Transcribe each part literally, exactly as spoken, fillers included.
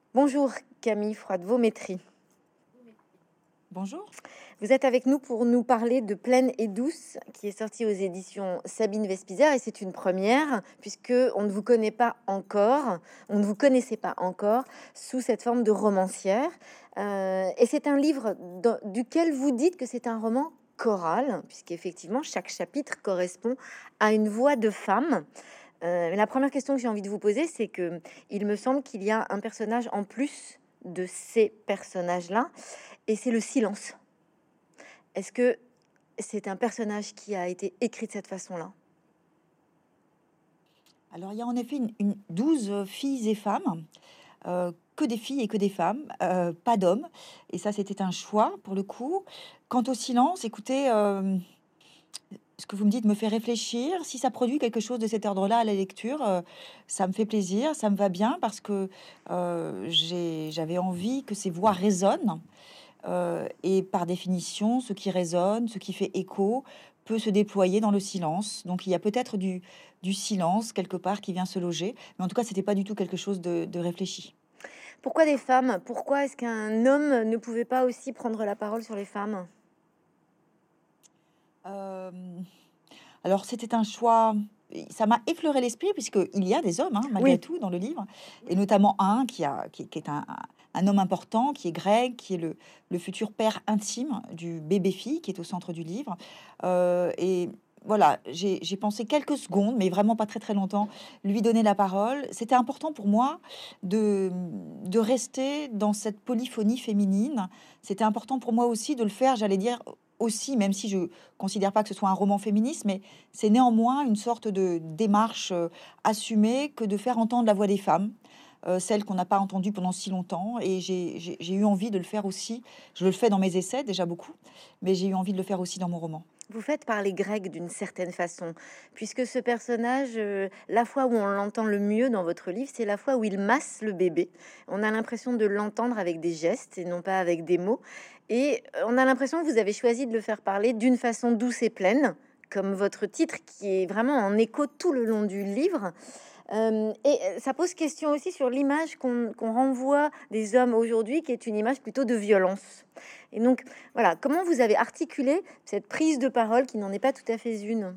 Bonjour Camille Froide-Vaumétry. Bonjour. Vous êtes avec nous pour nous parler de Pleine et douce, qui est sorti aux éditions Sabine Vespizer, et c'est une première puisque on ne vous connaît pas encore, on ne vous connaissait pas encore sous cette forme de romancière. Euh, et c'est un livre dans- duquel vous dites que c'est un roman choral, puisqu'effectivement chaque chapitre correspond à une voix de femme. Euh, mais la première question que j'ai envie de vous poser, c'est que il me semble qu'il y a un personnage en plus de ces personnages-là, et c'est le silence. Est-ce que c'est un personnage qui a été écrit de cette façon-là? Alors, il y a en effet une, une douze euh, filles et femmes, euh, que des filles et que des femmes, euh, pas d'hommes. Et ça, c'était un choix pour le coup. Quant au silence, écoutez, euh, ce que vous me dites me fait réfléchir. Si ça produit quelque chose de cet ordre-là à la lecture, euh, ça me fait plaisir, ça me va bien parce que euh, j'ai- j'avais envie que ces voix résonnent. Euh, et par définition, ce qui résonne, ce qui fait écho, peut se déployer dans le silence. Donc il y a peut-être du, du silence quelque part qui vient se loger. Mais en tout cas, c'était pas du tout quelque chose de, de réfléchi. Pourquoi des femmes? Pourquoi est-ce qu'un homme ne pouvait pas aussi prendre la parole sur les femmes? Euh, alors c'était un choix. Ça m'a effleuré l'esprit puisqu'il y a des hommes, hein, malgré Oui, tout, dans le livre, et notamment un qui, a, qui, qui est un, un homme important, qui est Greg, qui est le, le futur père intime du bébé-fille qui est au centre du livre. Euh, et voilà, j'ai j'ai pensé quelques secondes, mais vraiment pas très très longtemps, lui donner la parole. C'était important pour moi de, de rester dans cette polyphonie féminine. C'était important pour moi aussi de le faire, j'allais dire aussi, même si je considère pas que ce soit un roman féministe, mais c'est néanmoins une sorte de démarche euh, assumée que de faire entendre la voix des femmes, euh, celle qu'on n'a pas entendue pendant si longtemps. Et j'ai j'ai- j'ai eu envie de le faire aussi. Je le fais dans mes essais déjà beaucoup, mais j'ai eu envie de le faire aussi dans mon roman. vous faites parler Greg d'une certaine façon, puisque ce personnage, euh, la fois où on l'entend le mieux dans votre livre, c'est la fois où il masse le bébé. On a l'impression de l'entendre avec des gestes et non pas avec des mots. Et euh, on a l'impression que vous avez choisi de le faire parler d'une façon douce et pleine, comme votre titre, qui est vraiment en écho tout le long du livre. Euh, et euh, ça pose question aussi sur l'image qu'on qu'on renvoie des hommes aujourd'hui, qui est une image plutôt de violence. Et donc, voilà, comment vous avez articulé cette prise de parole qui n'en est pas tout à fait une?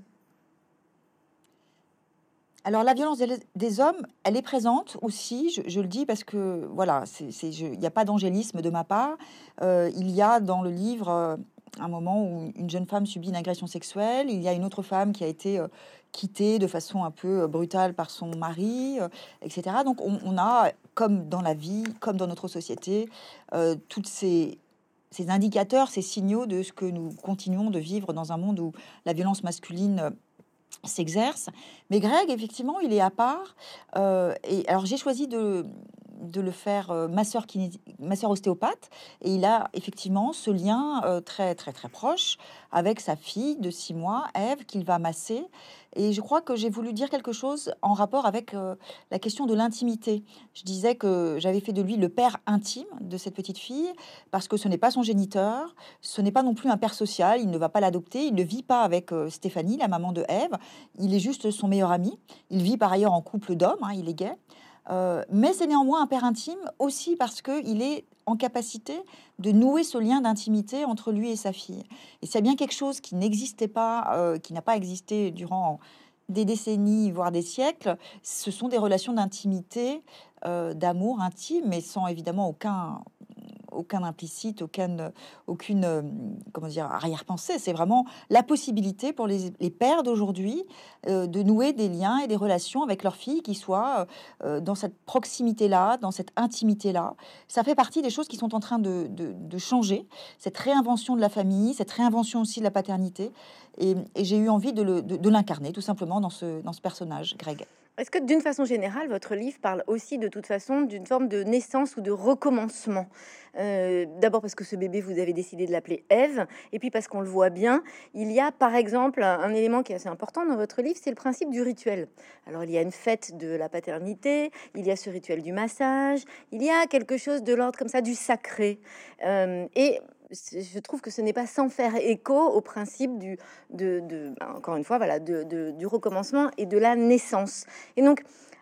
Alors la violence des, des hommes, elle est présente aussi, je, je le dis parce que voilà, c'est, c'est, je- il n'y a pas d'angélisme de ma part. Euh, il y a dans le livre euh, un moment où une jeune femme subit une agression sexuelle, il y a une autre femme qui a été euh, quittée de façon un peu euh, brutale par son mari, euh, et cetera. Donc on, on a, comme dans la vie, comme dans notre société, euh, toutes ces... ces indicateurs, ces signaux de ce que nous continuons de vivre dans un monde où la violence masculine euh, s'exerce. Mais Greg, effectivement, il est à part. Euh, et alors, j'ai choisi de, de le faire euh, masseur, kinési- masseur ostéopathe. Et il a effectivement ce lien euh, très, très, très proche avec sa fille de six mois, Ève, qu'il va masser. Et je crois que j'ai voulu dire quelque chose en rapport avec euh, la question de l'intimité. Je disais que j'avais fait de lui le père intime de cette petite fille parce que ce n'est pas son géniteur, ce n'est pas non plus un père social, il ne va pas l'adopter, il ne vit pas avec euh, Stéphanie, la maman de Ève, il est juste son meilleur ami. Il vit par ailleurs en couple d'hommes, hein, il est gay. Euh, mais c'est néanmoins un père intime aussi parce qu'il est en capacité de nouer ce lien d'intimité entre lui et sa fille. Et c'est bien quelque chose qui n'existait pas, euh, qui n'a pas existé durant des décennies, voire des siècles. Ce sont des relations d'intimité, euh, d'amour intime, mais sans évidemment aucun, aucun implicite, aucune, aucune euh, comment dire, arrière-pensée. C'est vraiment la possibilité pour les, les pères d'aujourd'hui euh, de nouer des liens et des relations avec leurs filles qui soient euh, dans cette proximité-là, dans cette intimité-là. Ça fait partie des choses qui sont en train de, de- de changer, cette réinvention de la famille, cette réinvention aussi de la paternité. Et, et j'ai eu envie de, le- de- de l'incarner tout simplement dans ce, dans ce personnage, Greg. Est-ce que d'une façon générale, votre livre parle aussi de toute façon d'une forme de naissance ou de recommencement? Euh, D'abord parce que ce bébé, vous avez décidé de l'appeler Ève, et puis parce qu'on le voit bien, il y a par exemple un, un élément qui est assez important dans votre livre, c'est le principe du rituel. Alors il y a une fête de la paternité, il y a ce rituel du massage, il y a quelque chose de l'ordre comme ça du sacré. Euh, et c'est- je trouve que ce n'est pas sans faire écho au principe du, de, de- ben, encore une fois, voilà, de- de- du recommencement et de la naissance. Et donc,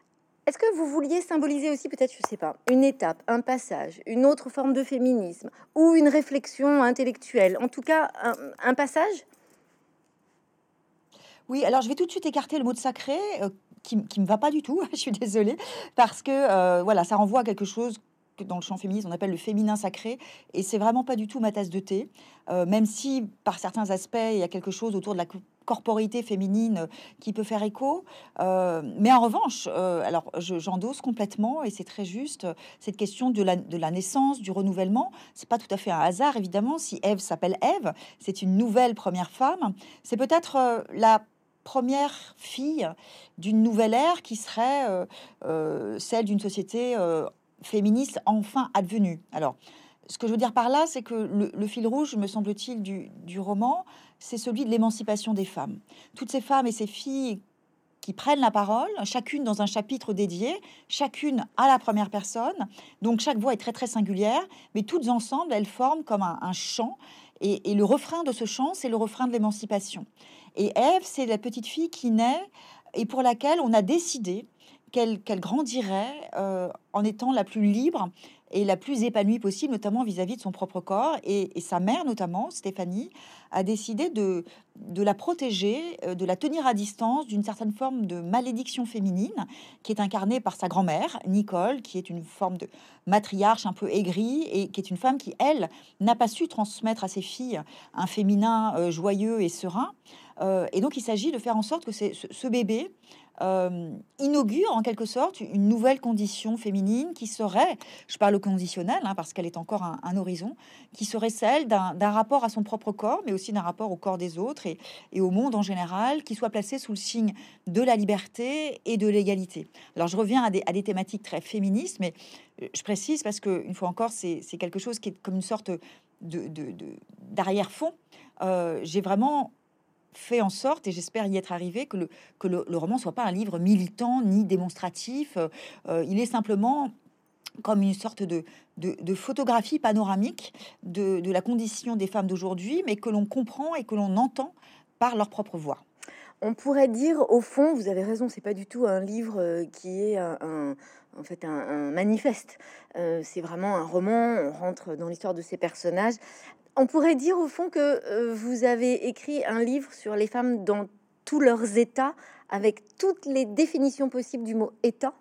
Est-ce que vous vouliez symboliser aussi peut-être, je sais pas, une étape, un passage, une autre forme de féminisme ou une réflexion intellectuelle, en tout cas un, un passage? Oui, alors je vais tout de suite écarter le mot de sacré, heu, qui m qui me va pas du tout, je suis désolée, parce que, heu, voilà, ça renvoie à quelque chose que dans le champ féministe, on appelle le féminin sacré et c'est vraiment pas du tout ma tasse de thé. Heu, même si par certains aspects, il y a quelque chose autour de la co corporité féminine, heu, qui peut faire écho. Heu, mais en revanche, heu, alors je j'endosse complètement et c'est très juste, heu, cette question de la de la naissance, du renouvellement. C'est pas tout à fait un hasard évidemment si Ève s'appelle Ève, c'est une nouvelle première femme. C'est peut-être, heu, la première fille d'une nouvelle ère qui serait, heu heu, celle d'une société, heu, féministe enfin advenue. Alors, ce que je veux dire par là, c'est que le le fil rouge, me semble-t-il, du du roman, c'est celui de l'émancipation des femmes. Toutes ces femmes et ces filles qui prennent la parole, chacune dans un chapitre dédié, chacune à la première personne. Donc chaque voix est très très singulière, mais toutes ensemble, elles forment comme un, un chant. Et, et le refrain de ce chant, c'est le refrain de l'émancipation. Et Ève, c'est la petite fille qui naît et pour laquelle on a décidé qu'elle qu'elle grandirait euh, en étant la plus libre et la plus épanouie possible, notamment vis-à-vis de son propre corps. Et, et sa mère, notamment, Stéphanie, a décidé de, de la protéger, euh, de la tenir à distance d'une certaine forme de malédiction féminine qui est incarnée par sa grand-mère, Nicole, qui est une forme de matriarche un peu aigrie et qui est une femme qui, elle, n'a pas su transmettre à ses filles un féminin euh, joyeux et serein. Euh, et donc, il s'agit de faire en sorte que c'est- ce, ce bébé euh, inaugure en quelque sorte une nouvelle condition féminine qui serait, je parle au conditionnel hein, parce qu'elle est encore un, un horizon, qui serait celle d'un d'un rapport à son propre corps, mais aussi d'un rapport au corps des autres et, et au monde en général, qui soit placé sous le signe de la liberté et de l'égalité. Alors je reviens à des, à des thématiques très féministes, mais euh, je précise parce que une fois encore, c'est c'est quelque chose qui est comme une sorte de, de- de- d'arrière-fond. Euh, J'ai vraiment fait en sorte, et j'espère y être arrivé, que le, que le, le roman soit pas un livre militant ni démonstratif. Euh, euh, il est simplement comme une sorte de, de, de photographie panoramique de, de la condition des femmes d'aujourd'hui, mais que l'on comprend et que l'on entend par leur propre voix. On pourrait dire, au fond, vous avez raison, c'est pas du tout un livre euh, qui est un, un- en fait un, un manifeste. Euh, c'est vraiment un roman. On rentre dans l'histoire de ces personnages. On pourrait dire au fond que euh, vous avez écrit un livre sur les femmes dans tous leurs états, avec toutes les définitions possibles du mot état.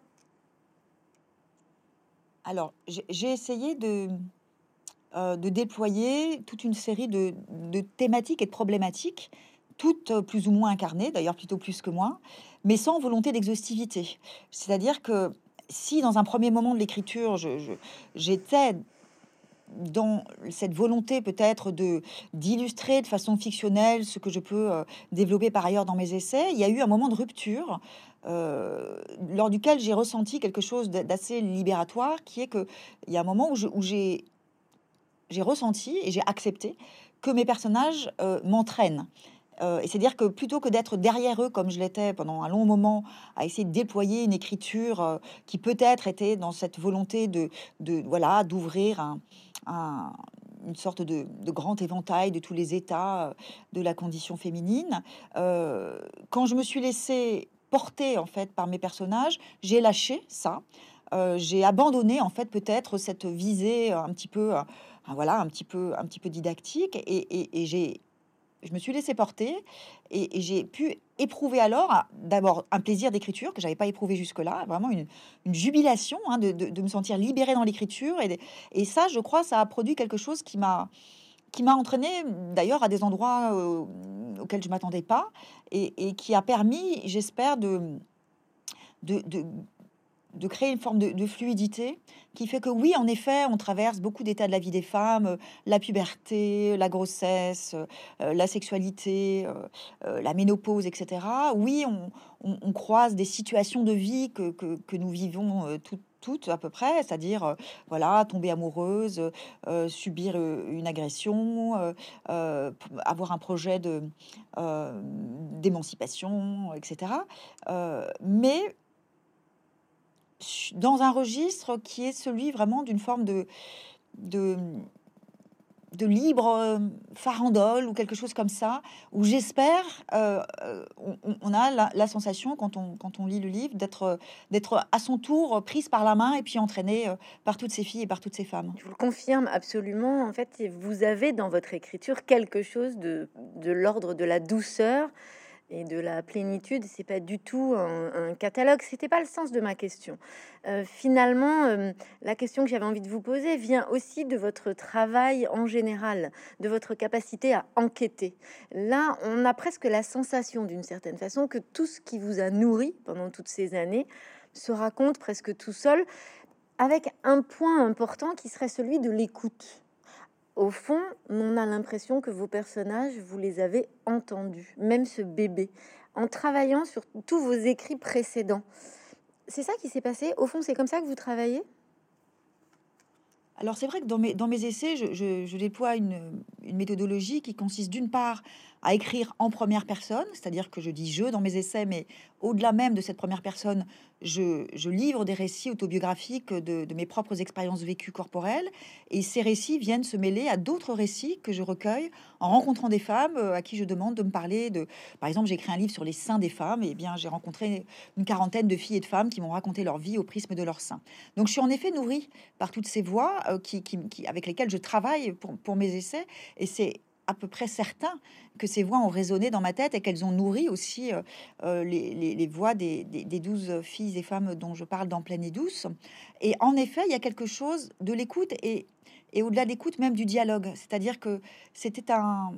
Alors, j'ai j'ai essayé de, euh, de déployer toute une série de, de thématiques et de problématiques, toutes euh, plus ou moins incarnées, d'ailleurs plutôt plus que moins, mais sans volonté d'exhaustivité. C'est-à-dire que si dans un premier moment de l'écriture, je- je- j'étais dans cette volonté peut-être de d'illustrer de façon fictionnelle ce que je peux euh, développer par ailleurs dans mes essais, il y a eu un moment de rupture euh, lors duquel j'ai ressenti quelque chose d'a- d'assez libératoire, qui est que il y a un moment où je- où j'ai j'ai ressenti et j'ai accepté que mes personnages euh, m'entraînent. Euh, et c'est-à-dire que plutôt que d'être derrière eux comme je l'étais pendant un long moment, à essayer de déployer une écriture euh, qui peut-être était dans cette volonté de, de voilà, d'ouvrir un, un- une sorte de, de grand éventail de tous les états euh, de la condition féminine, euh, quand je me suis laissée porter en fait par mes personnages, j'ai lâché ça. Euh, j'ai abandonné en fait peut-être cette visée un petit peu, euh, voilà, un petit peu, un petit peu didactique, et, et- et j'ai je me suis laissée porter et, et j'ai pu éprouver alors ah, d'abord un plaisir d'écriture que j'avais pas éprouvé jusque-là, vraiment une, une jubilation hein, de, de- de me sentir libérée dans l'écriture et, et ça, je crois, ça a produit quelque chose qui m'a qui m'a entraîné d'ailleurs à des endroits euh, auxquels je m'attendais pas et, et qui a permis, j'espère, de, de, de de créer une forme de, de fluidité qui fait que oui, en effet, on traverse beaucoup d'états de la vie des femmes, euh, la puberté, la grossesse, euh, la sexualité, euh, euh, la ménopause, et cetera. Oui, on, on- on croise des situations de vie que, que- que nous vivons euh, toutes toutes à peu près, c'est-à-dire euh, voilà, tomber amoureuse, euh, subir euh, une agression, euh, euh, p- avoir un projet de euh, d'émancipation, et cetera. Euh, mais su- dans un registre qui est celui vraiment d'une forme de, de, de libre euh, farandole ou quelque chose comme ça, où j'espère, euh, euh, on, on a la, la sensation, quand on, quand on lit le livre, d'être, d'être à son tour prise par la main et puis entraînée euh, par toutes ces filles et par toutes ces femmes. Je vous le confirme absolument. En fait, vous avez dans votre écriture quelque chose de, de l'ordre de la douceur et de la plénitude. C'est pas du tout un, un catalogue. C'était pas le sens de ma question. Euh, finalement, euh, la question que j'avais envie de vous poser vient aussi de votre travail en général, de votre capacité à enquêter. Là, on a presque la sensation, d'une certaine façon, que tout ce qui vous a nourri pendant toutes ces années se raconte presque tout seul, avec un point important qui serait celui de l'écoute. Au fond, on a l'impression que vos personnages, vous les avez entendus, même ce bébé, en travaillant sur tous vos écrits précédents. C'est ça qui s'est passé? Au fond, c'est comme ça que vous travaillez? Alors c'est vrai que dans mes, dans mes essais, je, je- je déploie une, une méthodologie qui consiste d'une part à écrire en première personne, c'est-à-dire que je dis je dans mes essais, mais au-delà même de cette première personne, je, je livre des récits autobiographiques de, de mes propres expériences vécues corporelles, et ces récits viennent se mêler à d'autres récits que je recueille en rencontrant des femmes euh, à qui je demande de me parler de... Par exemple, j'ai écrit un livre sur les seins des femmes, et bien j'ai rencontré une quarantaine de filles et de femmes qui m'ont raconté leur vie au prisme de leurs seins. Donc je suis en effet nourrie par toutes ces voix euh, qui, qui- qui- avec lesquelles je travaille pour, pour mes essais. Et c'est à peu près certain que ces voix ont résonné dans ma tête et qu'elles ont nourri aussi euh, euh, les, les- les voix des, des, des douze filles et femmes dont je parle dans Pleine et Douce. Et en effet, il y a quelque chose de l'écoute et, et au-delà de l'écoute, même du dialogue. C'est-à-dire que c'était un...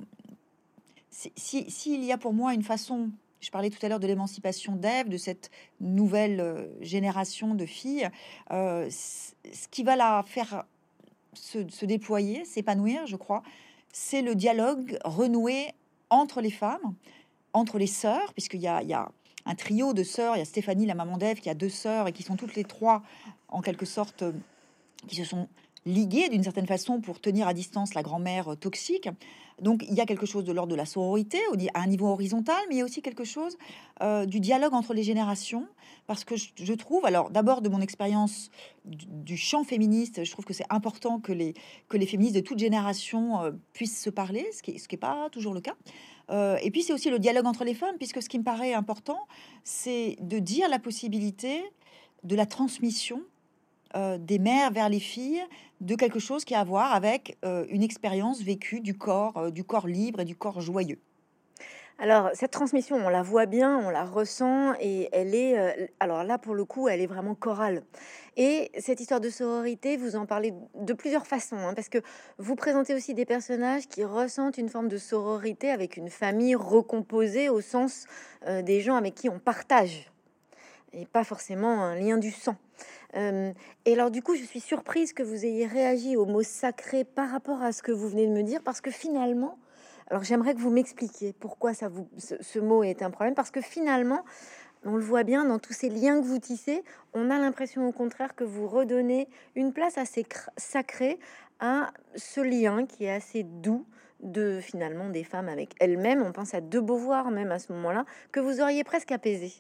si- si- S'il y a pour moi une façon... Je parlais tout à l'heure de l'émancipation d'Ève, de cette nouvelle euh, génération de filles. Euh, c- ce qui va la faire se, se déployer, s'épanouir, je crois, c'est le dialogue renoué entre les femmes, entre les sœurs, puisqu'il y a, il y a un trio de sœurs. Il y a Stéphanie, la maman d'Ève, qui a deux sœurs et qui sont toutes les trois, en quelque sorte, euh, qui se sont liguées d'une certaine façon pour tenir à distance la grand-mère euh, toxique. Donc il y a quelque chose de l'ordre de la sororité au ni- à un niveau horizontal, mais il y a aussi quelque chose euh, du dialogue entre les générations, parce que je, je trouve, alors d'abord de mon expérience du, du champ féministe, je trouve que c'est important que les, que les féministes de toute génération euh, puissent se parler, ce qui n'est ce qui est pas toujours le cas. Euh, et puis c'est aussi le dialogue entre les femmes, puisque ce qui me paraît important, c'est de dire la possibilité de la transmission euh, des mères vers les filles de quelque chose qui a à voir avec euh, une expérience vécue du corps, euh, du corps libre et du corps joyeux. Alors, cette transmission, on la voit bien, on la ressent, et elle est, euh, alors là, pour le coup, elle est vraiment chorale. Et cette histoire de sororité, vous en parlez de plusieurs façons, hein, parce que vous présentez aussi des personnages qui ressentent une forme de sororité avec une famille recomposée au sens euh, des gens avec qui on partage, et pas forcément un lien du sang. Euh, et alors, du coup, je suis surprise que vous ayez réagi au mot sacré par rapport à ce que vous venez de me dire, parce que finalement, alors j'aimerais que vous m'expliquiez pourquoi ça vous, ce, ce mot est un problème, parce que finalement, on le voit bien dans tous ces liens que vous tissez, on a l'impression au contraire que vous redonnez une place assez cr- sacrée à ce lien qui est assez doux de finalement des femmes avec elles-mêmes. On pense à De Beauvoir même à ce moment-là, que vous auriez presque apaisé.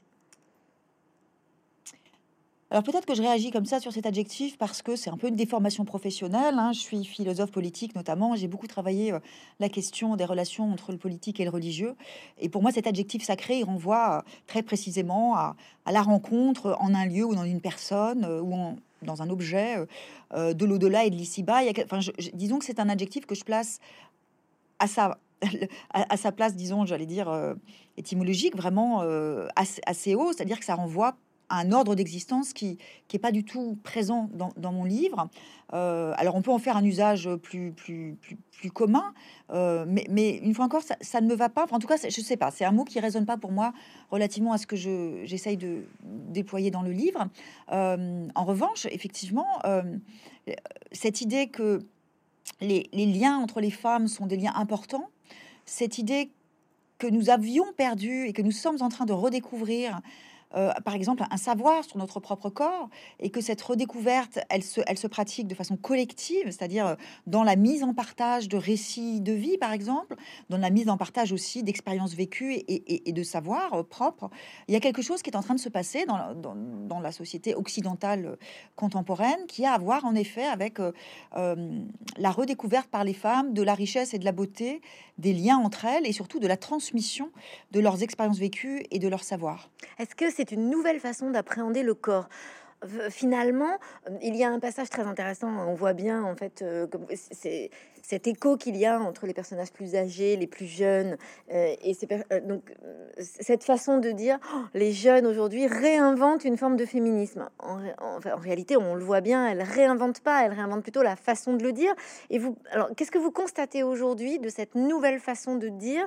Alors peut-être que je réagis comme ça sur cet adjectif parce que c'est un peu une déformation professionnelle, hein. Je suis philosophe politique notamment. J'ai beaucoup travaillé euh, la question des relations entre le politique et le religieux. Et pour moi, cet adjectif sacré, il renvoie euh, très précisément à, à la rencontre en un lieu ou dans une personne euh, ou en- dans un objet euh, euh, de l'au-delà et de l'ici-bas. Il y a quel- Enfin, je- je- disons que c'est un adjectif que je place à sa, à, à sa place, disons, j'allais dire, euh, étymologique, vraiment euh, assez, assez haut, c'est-à-dire que ça renvoie à un ordre d'existence qui qui est pas du tout présent dans, dans mon livre. Euh, alors on peut en faire un usage plus plus plus, plus commun, euh, mais, mais une fois encore, ça, ça ne me va pas. Enfin, en tout cas, c'est- je sais pas, c'est un mot qui résonne pas pour moi relativement à ce que je j'essaye de déployer dans le livre. Euh, en revanche, effectivement, euh, cette idée que les, les liens entre les femmes sont des liens importants, cette idée que nous avions perdu et que nous sommes en train de redécouvrir euh, par exemple, un savoir sur notre propre corps, et que cette redécouverte, elle se, elle se pratique de façon collective, c'est-à-dire euh, dans la mise en partage de récits de vie, par exemple, dans la mise en partage aussi d'expériences vécues et, et- et de savoirs euh, propres. Il y a quelque chose qui est en train de se passer dans, la- dans, dans la société occidentale euh, contemporaine, qui a à voir en effet avec euh, euh, la redécouverte par les femmes de la richesse et de la beauté, des liens entre elles, et surtout de la transmission de leurs expériences vécues et de leur savoir. Est-ce que c'est une nouvelle façon d'appréhender le corps? V- Finalement, euh, il y a un passage très intéressant. On voit bien, en fait, euh, comme c'est cet écho qu'il y a entre les personnages plus âgés, les plus jeunes, euh, et ces per- euh, donc euh, cette façon de dire, oh, les jeunes aujourd'hui réinventent une forme de féminisme. En, ré- en- enfin, en réalité, on le voit bien, elles réinventent pas, elles réinventent plutôt la façon de le dire. Et vous, alors, qu'est-ce que vous constatez aujourd'hui de cette nouvelle façon de dire?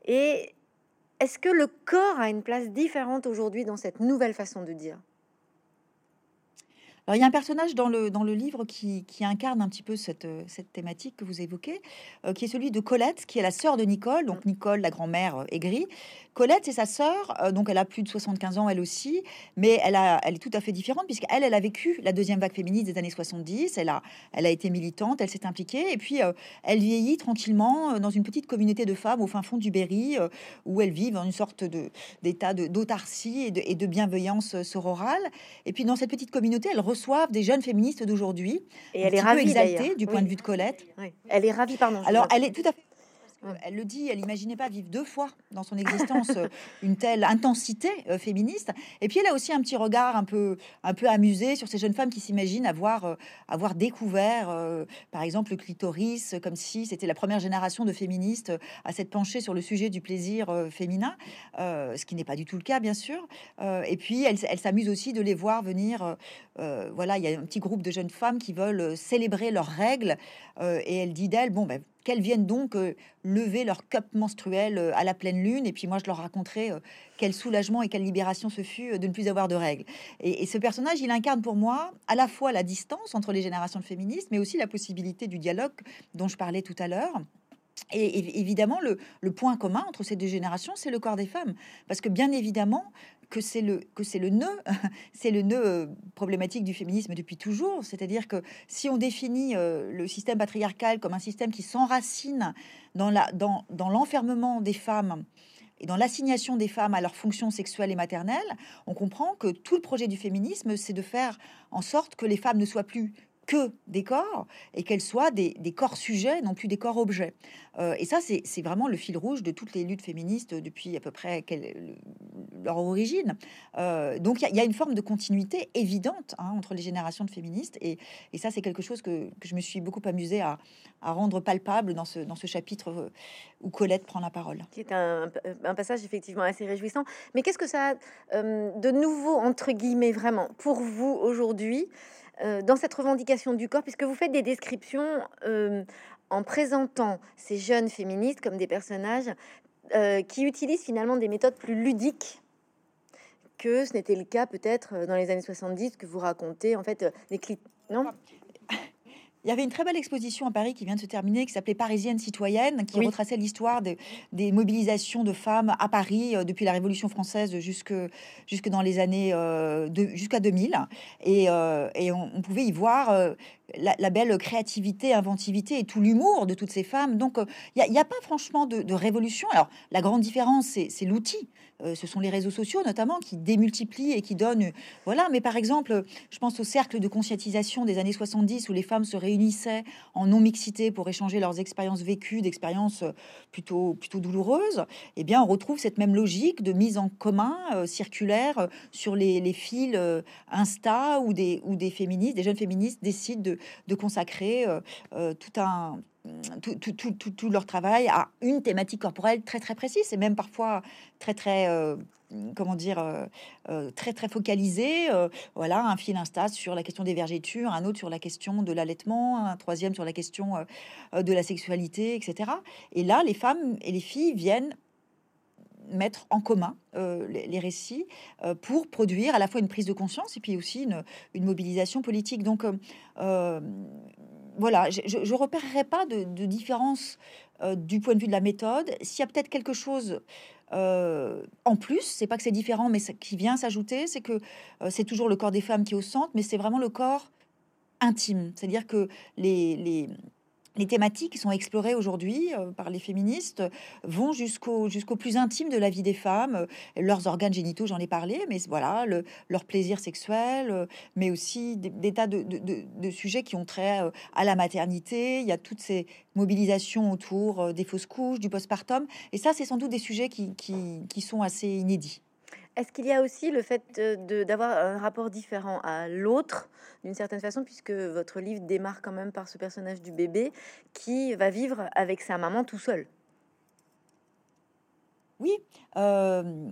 Et est-ce que le corps a une place différente aujourd'hui dans cette nouvelle façon de dire? Alors, il y a un personnage dans le, dans le livre qui, qui incarne un petit peu cette, euh, cette thématique que vous évoquez, euh, qui est celui de Colette, qui est la sœur de Nicole. Mm. Donc, Nicole, la grand-mère euh, aigrie. Colette, c'est sa sœur, euh, donc elle a plus de soixante-quinze ans, elle aussi, mais elle, a, elle est tout à fait différente, puisqu'elle, elle a vécu la deuxième vague féministe des années soixante-dix. Elle a, elle a été militante, elle s'est impliquée, et puis euh, elle vieillit tranquillement euh, dans une petite communauté de femmes au fin fond du Berry, euh, où elles vivent dans une sorte de, d'état de, d'autarcie et de, et de bienveillance euh, sororale. Et puis dans cette petite communauté, elles reçoivent des jeunes féministes d'aujourd'hui, Et un elle est petit peu ravie exaltées d'ailleurs. du point de Oui, vue de Colette. oui. Elle est ravie, pardon, je vous Alors, en elle prie. est tout à fait... Mm. Elle le dit, elle imaginait pas vivre deux fois dans son existence euh, une telle intensité euh, féministe. Et puis elle a aussi un petit regard un peu, un peu amusé sur ces jeunes femmes qui s'imaginent avoir, euh, avoir découvert, euh, par exemple, le clitoris, euh, comme si c'était la première génération de féministes euh, à s'être penchée sur le sujet du plaisir euh, féminin, euh, ce qui n'est pas du tout le cas, bien sûr. Euh, et puis elle, elle s'amuse aussi de les voir venir. euh, euh, voilà, il y a un petit groupe de jeunes femmes qui veulent euh, célébrer leurs règles, euh, et elle dit d'elles, bon, ben, qu'elles viennent donc euh, lever leur cup menstruel euh, à la pleine lune, et puis moi je leur raconterai euh, quel soulagement et quelle libération ce fut euh, de ne plus avoir de règles. Et, et ce personnage, il incarne pour moi à la fois la distance entre les générations de féministes, mais aussi la possibilité du dialogue dont je parlais tout à l'heure. Et évi- évidemment, le, le point commun entre ces deux générations, c'est le corps des femmes. Parce que bien évidemment que c'est le, que c'est le nœud, c'est le nœud euh, problématique du féminisme depuis toujours. C'est-à-dire que si on définit euh, le système patriarcal comme un système qui s'enracine dans la, dans, dans l'enfermement des femmes et dans l'assignation des femmes à leurs fonctions sexuelles et maternelles, on comprend que tout le projet du féminisme, c'est de faire en sorte que les femmes ne soient plus que des corps, et qu'elles soient des, des corps sujets, non plus des corps objets. Euh, et ça, c'est c'est vraiment le fil rouge de toutes les luttes féministes depuis à peu près quelle- leur origine. Euh, donc il y, a- il y a une forme de continuité évidente hein, entre les générations de féministes, et, et ça, c'est quelque chose que, que je me suis beaucoup amusée à, à rendre palpable dans ce, dans ce chapitre euh, où Colette prend la parole. Qui est un, un passage effectivement assez réjouissant. Mais qu'est-ce que ça a euh, de nouveau, entre guillemets, vraiment, pour vous aujourd'hui, euh, dans cette revendication du corps, puisque vous faites des descriptions euh, en présentant ces jeunes féministes comme des personnages euh, qui utilisent finalement des méthodes plus ludiques que ce n'était le cas peut-être euh, dans les années soixante-dix, que vous racontez, en fait, euh, les clips. Non. Il y avait une très belle exposition à Paris qui vient de se terminer, qui s'appelait Parisienne citoyenne, qui Oui. retraçait l'histoire de- des mobilisations de femmes à Paris euh, depuis la Révolution française jusque, jusque dans les années euh, de- jusqu'à deux mille. Et, euh, et on, on pouvait y voir euh, la, la belle créativité, inventivité et tout l'humour de toutes ces femmes. Donc, euh, il n'y a, a pas franchement de, de révolution. Alors, la grande différence, c'est c'est l'outil. Euh, ce sont les réseaux sociaux, notamment, qui démultiplient et qui donnent... Voilà, mais par exemple, je pense au cercle de conscientisation des années soixante-dix où les femmes se réunissaient en non-mixité pour échanger leurs expériences vécues, d'expériences euh, plutôt, plutôt douloureuses. Eh bien, on retrouve cette même logique de mise en commun euh, circulaire euh, sur les, les fils euh, Insta, où des, où des féministes, des jeunes féministes décident de, de consacrer euh, euh, tout un tout, tout, tout, tout, tout leur travail à une thématique corporelle très très précise et même parfois très très euh, comment dire euh, euh, très très focalisé. Euh, voilà, un fil Insta sur la question des vergetures, un autre sur la question de l'allaitement, un troisième sur la question euh, euh, de la sexualité, et cetera. Et là, les femmes et les filles viennent mettre en commun euh, les, les récits euh, pour produire à la fois une prise de conscience et puis aussi une, une mobilisation politique. Donc, euh, euh, voilà, je je je repérerai pas de de différence, heu, du point de vue de la méthode. S'il y a peut-être quelque chose, heu, en plus, c'est pas que c'est différent, mais c'est qui vient s'ajouter, c'est que, heu, c'est toujours le corps des femmes qui est au centre, mais c'est vraiment le corps intime. C'est-à-dire que les les les thématiques qui sont explorées aujourd'hui, heu, par les féministes, vont jusqu'au jusqu'au plus intime de la vie des femmes, heu, leurs organes génitaux, j'en ai parlé, mais voilà, le leur plaisir sexuel, heu, mais aussi des des tas de de de de sujets qui ont trait, heu, à la maternité. Il y a toutes ces mobilisations autour, heu, des fausses couches, du postpartum, et ça, c'est sans doute des sujets qui qui qui sont assez inédits. Est-ce qu'il y a aussi le fait, heu, de d'avoir un rapport différent à l'autre, d'une certaine façon, puisque votre livre démarre quand même par ce personnage du bébé qui va vivre avec sa maman tout seul? Oui, hem,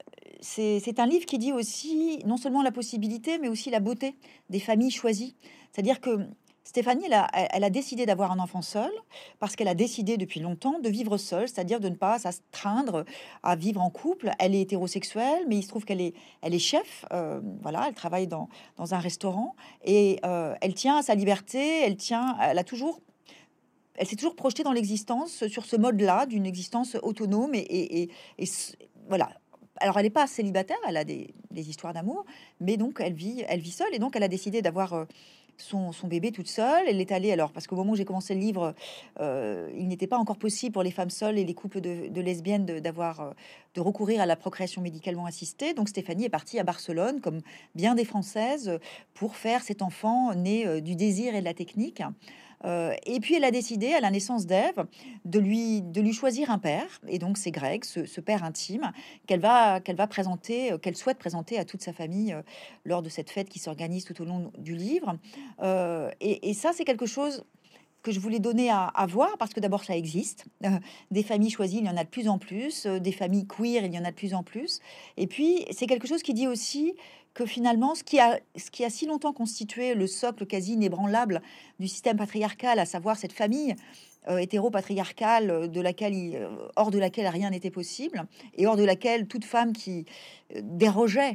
c'est c'est un livre qui dit aussi, non seulement la possibilité, mais aussi la beauté des familles choisies. C'est-à-dire que Stéphanie, elle a elle elle a décidé d'avoir un enfant seule, parce qu'elle a décidé depuis longtemps de vivre seule, c'est-à-dire de ne pas s'astreindre à vivre en couple. Elle est hétérosexuelle, mais il se trouve qu'elle est elle est chef, hem, voilà, elle travaille dans dans un restaurant, et heu, elle tient à sa liberté, elle tient elle a toujours elle s'est toujours projetée dans l'existence sur ce mode-là, d'une existence autonome, et, et, et- et s- voilà. Alors, elle n'est pas célibataire, elle a des, des histoires d'amour, mais donc elle vit, elle vit seule, et donc elle a décidé d'avoir euh, son, son bébé toute seule. Elle est allée, alors, parce qu'au moment où j'ai commencé le livre, euh, il n'était pas encore possible pour les femmes seules et les couples de, de lesbiennes de, d'avoir, euh, de recourir à la procréation médicalement assistée. Donc Stéphanie est partie à Barcelone, comme bien des Françaises, pour faire cet enfant né euh, du désir et de la technique. Euh, et puis elle a décidé, à la naissance d'Ève, de lui, de lui choisir un père. Et donc c'est Greg, ce, ce père intime, qu'elle va, qu'elle va présenter, euh, qu'elle souhaite présenter à toute sa famille euh, lors de cette fête qui s'organise tout au long du livre. Euh, et, et ça, c'est quelque chose que je voulais donner à, à voir, parce que d'abord ça existe. Euh, des familles choisies, il y en a de plus en plus. Euh, des familles queer, il y en a de plus en plus. Et puis c'est quelque chose qui dit aussi que finalement ce qui a, ce qui a si longtemps constitué le socle quasi inébranlable du système patriarcal, à savoir cette famille euh, hétéro-patriarcale, euh, de laquelle il- euh, hors de laquelle rien n'était possible, et hors de laquelle toute femme qui euh, dérogeait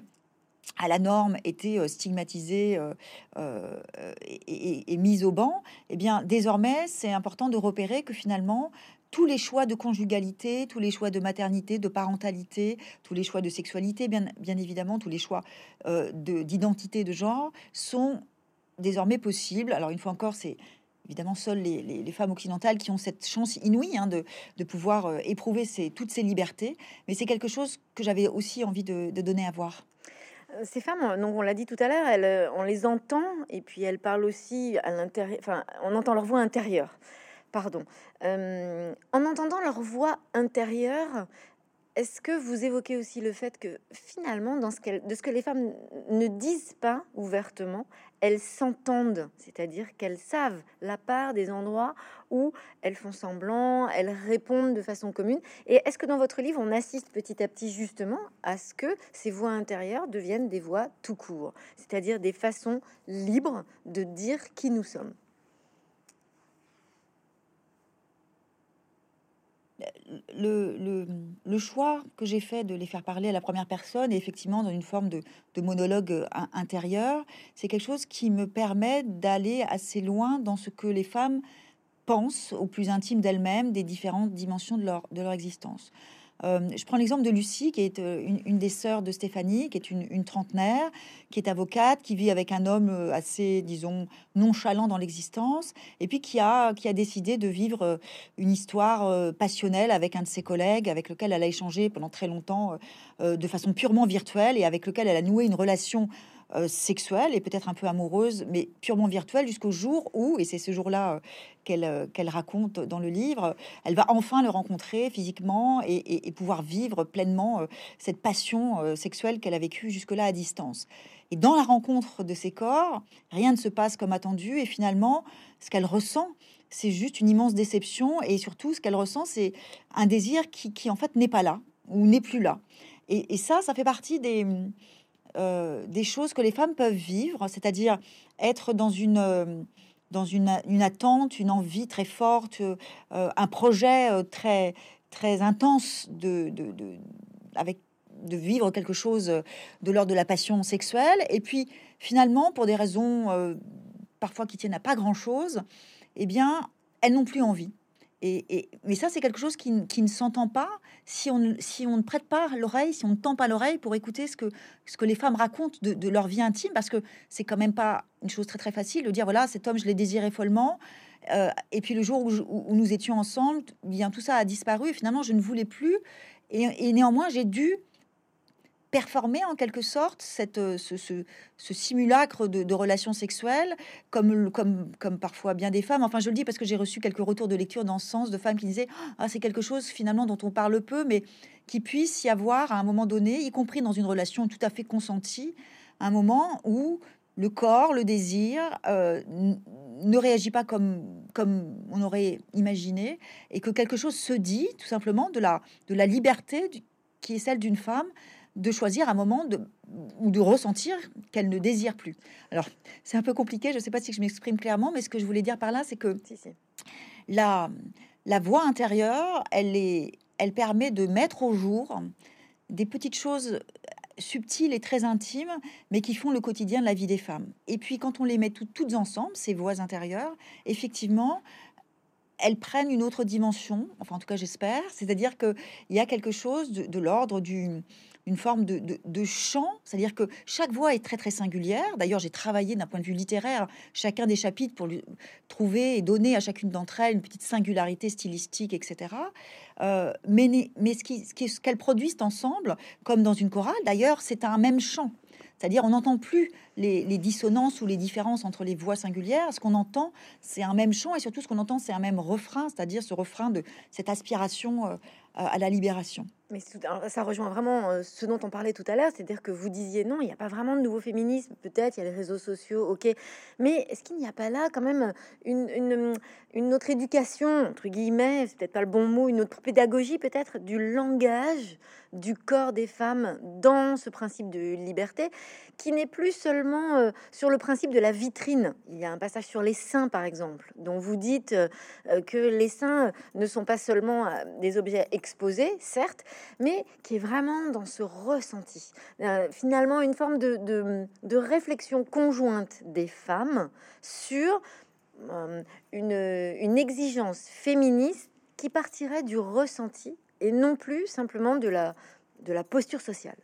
à la norme était euh, stigmatisée euh, euh, et, et- et mise au banc. Eh bien, désormais, c'est important de repérer que finalement, tous les choix de conjugalité, tous les choix de maternité, de parentalité, tous les choix de sexualité, bien, bien évidemment, tous les choix euh, de- d'identité de genre sont désormais possibles. Alors, une fois encore, c'est évidemment seules les, les- les femmes occidentales qui ont cette chance inouïe, hein, de, de pouvoir euh, éprouver ces, toutes ces libertés. Mais c'est quelque chose que j'avais aussi envie de, de donner à voir. Heu, ces femmes, heu, donc on l'a dit tout à l'heure, elles, heu, on les entend et puis elles parlent aussi à l'intérieur, enfin, on entend leur voix intérieure, pardon. Hem, en entendant leur voix intérieure, est-ce que vous évoquez aussi le fait que finalement, dans ce qu'elles de ce que les femmes n ne disent pas ouvertement, elles s'entendent? C'est-à-dire qu'elles savent la part des endroits où elles font semblant, elles répondent de façon commune. Et est-ce que dans votre livre, on assiste petit à petit justement à ce que ces voix intérieures deviennent des voix tout court, c'est-à-dire des façons libres de dire qui nous sommes? le, le, le choix que j'ai fait de les faire parler à la première personne, et effectivement dans une forme de, de monologue euh, in- intérieur, c'est quelque chose qui me permet d'aller assez loin dans ce que les femmes pensent au plus intime d'elles-mêmes des différentes dimensions de leur, de leur existence. Euh, je prends l'exemple de Lucie, qui est euh, une, une des sœurs de Stéphanie, qui est une, une trentenaire, qui est avocate, qui vit avec un homme euh, assez, disons, nonchalant dans l'existence, et puis qui a, qui a décidé de vivre euh, une histoire euh, passionnelle avec un de ses collègues, avec lequel elle a échangé pendant très longtemps euh, euh, de façon purement virtuelle, et avec lequel elle a noué une relation euh, sexuelle et peut-être un peu amoureuse, mais purement virtuelle, jusqu'au jour où, et c'est ce jour-là euh, qu'elle euh, qu'elle raconte dans le livre, elle va enfin le rencontrer physiquement, et, et- et pouvoir vivre pleinement euh, cette passion euh, sexuelle qu'elle a vécue jusque-là à distance. Et dans la rencontre de ces corps, rien ne se passe comme attendu, et finalement, ce qu'elle ressent, c'est juste une immense déception, et surtout, ce qu'elle ressent, c'est un désir qui, qui, en fait, n'est pas là, ou n'est plus là. Et, et ça, ça fait partie des, euh, des choses que les femmes peuvent vivre, c'est-à-dire être dans une, euh, dans une, une attente, une envie très forte, euh, un projet euh, très, très intense de, de, de- avec de vivre quelque chose de l'ordre de la passion sexuelle, et puis finalement, pour des raisons euh, parfois qui tiennent à pas grand-chose, eh bien, elles n'ont plus envie. Et, et- mais ça, c'est quelque chose qui, n- qui ne s'entend pas si on, ne- si on ne prête pas l'oreille, si on ne tend pas l'oreille pour écouter ce que, ce que les femmes racontent de, de leur vie intime, parce que c'est quand même pas une chose très très facile de dire, voilà, cet homme, je l'ai désiré follement, euh, et puis le jour où, je- où- où nous étions ensemble, bien tout ça a disparu, et finalement, je ne voulais plus, et, et néanmoins, j'ai dû performer en quelque sorte cette, euh, ce, ce- ce simulacre de, de relations sexuelles, comme, le- comme, comme parfois bien des femmes. Enfin, je le dis parce que j'ai reçu quelques retours de lecture dans ce sens de femmes qui disaient ah, c'est quelque chose finalement dont on parle peu, mais qui puisse y avoir à un moment donné, y compris dans une relation tout à fait consentie, un moment où le corps, le désir euh, n- ne réagit pas comme, comme on aurait imaginé, et que quelque chose se dit tout simplement de la, de la liberté du- qui est celle d'une femme de choisir un moment de, ou de ressentir qu'elle ne désire plus. Alors, c'est un peu compliqué, je ne sais pas si je m'exprime clairement, mais ce que je voulais dire par là, c'est que Si, si. la, la voix intérieure, elle, est, elle permet de mettre au jour des petites choses subtiles et très intimes, mais qui font le quotidien de la vie des femmes. Et puis, quand on les met tout- toutes ensemble, ces voix intérieures, effectivement, elles prennent une autre dimension, enfin en tout cas j'espère, c'est-à-dire qu'il y a quelque chose de, de l'ordre d'une une forme de, de, de chant, c'est-à-dire que chaque voix est très très singulière. D'ailleurs, j'ai travaillé d'un point de vue littéraire chacun des chapitres pour lui trouver et donner à chacune d'entre elles une petite singularité stylistique, et cetera. Euh, mais né- mais ce qui- ce qui- ce qu'elles produisent ensemble, comme dans une chorale, d'ailleurs, c'est un même chant. C'est-à-dire, on n'entend plus les, les dissonances ou les différences entre les voix singulières. Ce qu'on entend, c'est un même chant, et surtout ce qu'on entend, c'est un même refrain, c'est-à-dire ce refrain de cette aspiration euh, à la libération. Mais c'est tout- alors, ça rejoint vraiment euh, ce dont on parlait tout à l'heure, c'est-à-dire que vous disiez non, il n'y a pas vraiment de nouveau féminisme, peut-être, il y a les réseaux sociaux, ok, mais est-ce qu'il n'y a pas là quand même une, une, une autre éducation, entre guillemets, c'est peut-être pas le bon mot, une autre pédagogie peut-être du langage, du corps des femmes dans ce principe de liberté, qui n'est plus seulement euh, sur le principe de la vitrine. Il y a un passage sur les seins, par exemple, dont vous dites euh, euh, que les seins ne sont pas seulement euh, des objets exposés, certes, mais qui est vraiment dans ce ressenti. Euh, finalement, une forme de, de, de réflexion conjointe des femmes sur euh, une, une exigence féministe qui partirait du ressenti et non plus simplement de la, de la posture sociale.